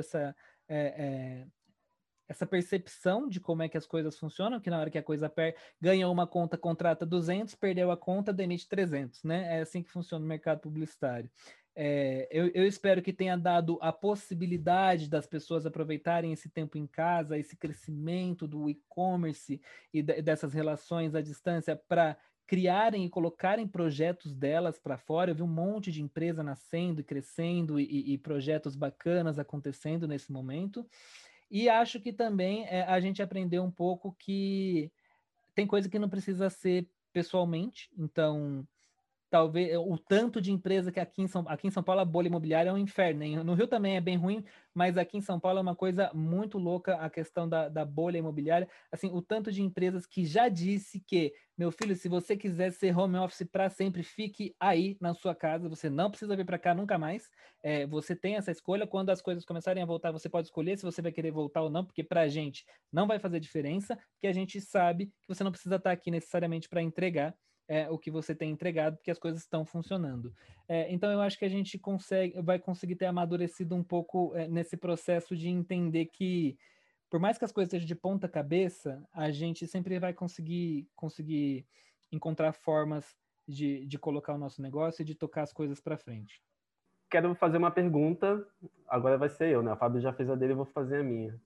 essa percepção de como é que as coisas funcionam, que na hora que a coisa ganha uma conta, contrata 200, perdeu a conta, demite 300, né? É assim que funciona o mercado publicitário. Eu espero que tenha dado a possibilidade das pessoas aproveitarem esse tempo em casa, esse crescimento do e-commerce e dessas relações à distância para criarem e colocarem projetos delas para fora. Eu vi um monte de empresa nascendo e crescendo e projetos bacanas acontecendo nesse momento. E acho que também a gente aprendeu um pouco que tem coisa que não precisa ser pessoalmente, então talvez o tanto de empresa que aqui em São Paulo a bolha imobiliária é um inferno, hein? No Rio também é bem ruim, mas aqui em São Paulo é uma coisa muito louca a questão da bolha imobiliária. Assim, o tanto de empresas que já disse que, meu filho, se você quiser ser home office para sempre, fique aí na sua casa, você não precisa vir para cá nunca mais. Você tem essa escolha, quando as coisas começarem a voltar, você pode escolher se você vai querer voltar ou não, porque para a gente não vai fazer diferença, porque a gente sabe que você não precisa estar aqui necessariamente para entregar o que você tem entregado, porque as coisas estão funcionando. Então, eu acho que a gente vai conseguir ter amadurecido um pouco nesse processo de entender que, por mais que as coisas estejam de ponta cabeça, a gente sempre vai conseguir encontrar formas de colocar o nosso negócio e de tocar as coisas para frente. Quero fazer uma pergunta, agora vai ser eu, né? A Fábio já fez a dele, eu vou fazer a minha.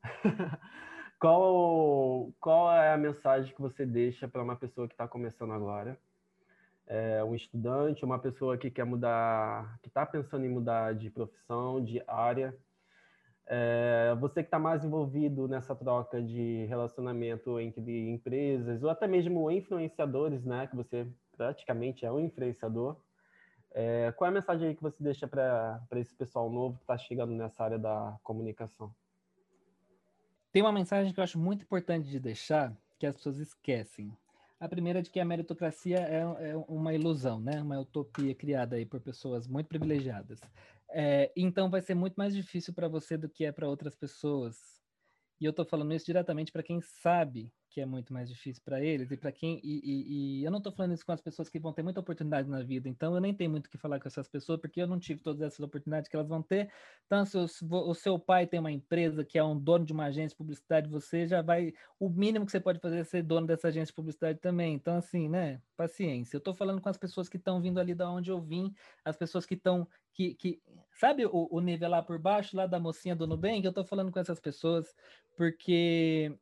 Qual é a mensagem que você deixa para uma pessoa que está começando agora? Um estudante, uma pessoa que quer mudar, que está pensando em mudar de profissão, de área. Você que está mais envolvido nessa troca de relacionamento entre empresas, ou até mesmo influenciadores, né? Que você praticamente é um influenciador. Qual é a mensagem aí que você deixa para esse pessoal novo que está chegando nessa área da comunicação? Tem uma mensagem que eu acho muito importante de deixar, que as pessoas esquecem. A primeira é de que a meritocracia é uma ilusão, né? Uma utopia criada aí por pessoas muito privilegiadas. Então vai ser muito mais difícil para você do que é para outras pessoas. E eu estou falando isso diretamente para quem sabe que é muito mais difícil para eles e para quem e eu não estou falando isso com as pessoas que vão ter muita oportunidade na vida. Então eu nem tenho muito o que falar com essas pessoas porque eu não tive todas essas oportunidades que elas vão ter. Então se o seu pai tem uma empresa que é um dono de uma agência de publicidade, você já vai, o mínimo que você pode fazer é ser dono dessa agência de publicidade também. Então assim, né? Paciência. Eu estou falando com as pessoas que estão vindo ali da onde eu vim, as pessoas que estão que sabe o nível lá por baixo, lá da mocinha do Nubank, eu estou falando com essas pessoas porque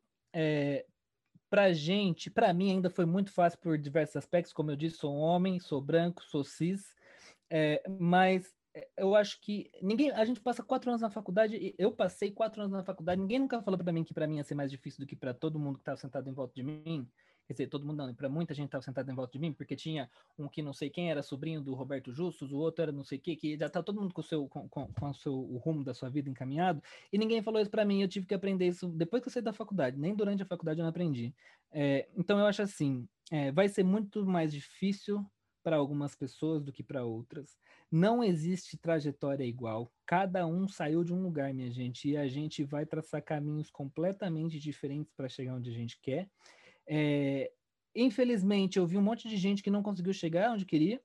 para mim ainda foi muito fácil por diversos aspectos, como eu disse, sou um homem, sou branco, sou cis, mas eu acho que a gente passa 4 anos na faculdade, eu passei 4 anos na faculdade, ninguém nunca falou para mim que para mim ia ser mais difícil do que para todo mundo que estava sentado em volta de mim. Quer dizer, todo mundo não, para muita gente estava sentado em volta de mim, porque tinha um que não sei quem era sobrinho do Roberto Justus, o outro era não sei o que já tá todo mundo o rumo da sua vida encaminhado, e ninguém falou isso para mim, eu tive que aprender isso depois que eu saí da faculdade, nem durante a faculdade eu não aprendi. Então eu acho assim, vai ser muito mais difícil para algumas pessoas do que para outras. Não existe trajetória igual. Cada um saiu de um lugar, minha gente, e a gente vai traçar caminhos completamente diferentes para chegar onde a gente quer. Infelizmente, eu vi um monte de gente que não conseguiu chegar onde queria,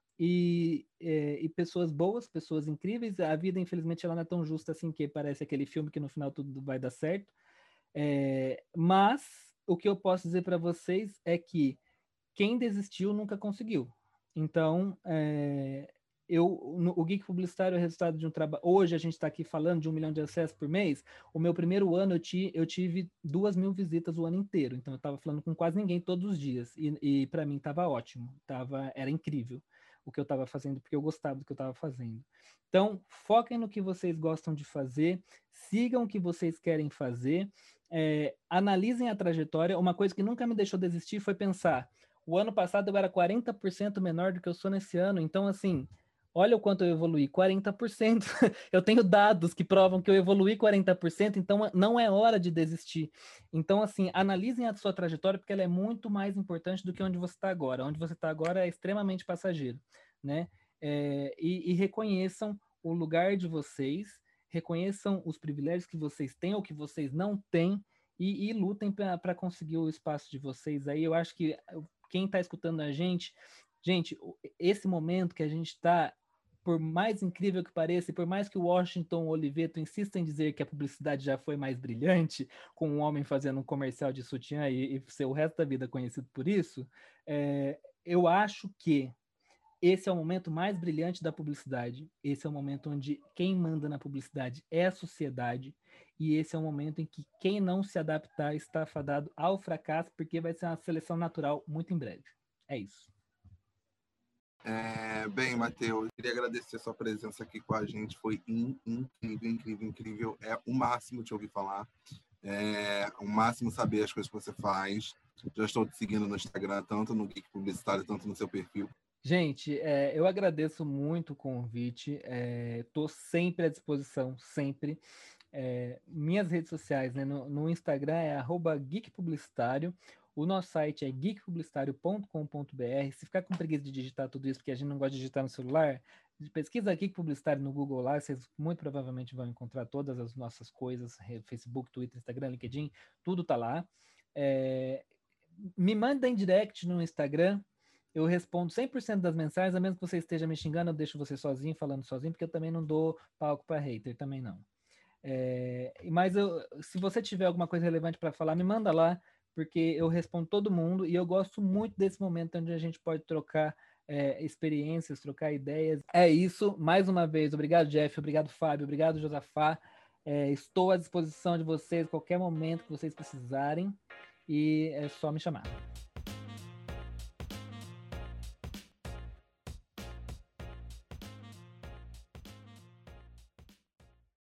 e pessoas boas, pessoas incríveis. A vida, infelizmente, ela não é tão justa assim, que parece aquele filme que no final tudo vai dar certo. Mas o que eu posso dizer para vocês é que quem desistiu nunca conseguiu. Então, o Geek Publicitário é o resultado de um trabalho. Hoje a gente está aqui falando de 1 milhão de acessos por mês. O meu primeiro ano eu tive 2.000 visitas o ano inteiro. Então eu estava falando com quase ninguém todos os dias. E para mim estava ótimo. Era incrível o que eu estava fazendo, porque eu gostava do que eu estava fazendo. Então, foquem no que vocês gostam de fazer, sigam o que vocês querem fazer, analisem a trajetória. Uma coisa que nunca me deixou desistir foi pensar: o ano passado eu era 40% menor do que eu sou nesse ano. Então, assim, olha o quanto eu evoluí, 40%. Eu tenho dados que provam que eu evoluí 40%, então não é hora de desistir. Então, assim, analisem a sua trajetória, porque ela é muito mais importante do que onde você está agora. Onde você está agora é extremamente passageiro, né? E reconheçam o lugar de vocês, reconheçam os privilégios que vocês têm ou que vocês não têm, e lutem para conseguir o espaço de vocês aí. Eu acho que quem está escutando a gente, esse momento que a gente está, por mais incrível que pareça, e por mais que o Washington Oliveto insista em dizer que a publicidade já foi mais brilhante, com um homem fazendo um comercial de sutiã e ser o resto da vida conhecido por isso, eu acho que esse é o momento mais brilhante da publicidade. Esse é o momento onde quem manda na publicidade é a sociedade. E esse é o momento em que quem não se adaptar está fadado ao fracasso, porque vai ser uma seleção natural muito em breve. É isso. Bem, Matheus, queria agradecer a sua presença aqui com a gente. Foi incrível, incrível, incrível. É o máximo te ouvir falar. O máximo saber as coisas que você faz. Já estou te seguindo no Instagram, tanto no Geek Publicitário, tanto no seu perfil. Gente, eu agradeço muito o convite. Estou sempre à disposição, sempre. Minhas redes sociais, né? No Instagram é @geekpublicitário. O nosso site é geekpublicitário.com.br. Se ficar com preguiça de digitar tudo isso, porque a gente não gosta de digitar no celular, pesquisa Geek Publicitário no Google lá, vocês muito provavelmente vão encontrar todas as nossas coisas, Facebook, Twitter, Instagram, LinkedIn, tudo tá lá. Me mandem direct no Instagram, eu respondo 100% das mensagens, a menos que você esteja me xingando, eu deixo você sozinho, falando sozinho, porque eu também não dou palco para hater, também não. Mas se você tiver alguma coisa relevante para falar, me manda lá, porque eu respondo todo mundo, e eu gosto muito desse momento onde a gente pode trocar experiências, trocar ideias. É isso, mais uma vez, obrigado, Jeff, obrigado, Fábio, obrigado, Josafá. Estou à disposição de vocês, qualquer momento que vocês precisarem, e é só me chamar.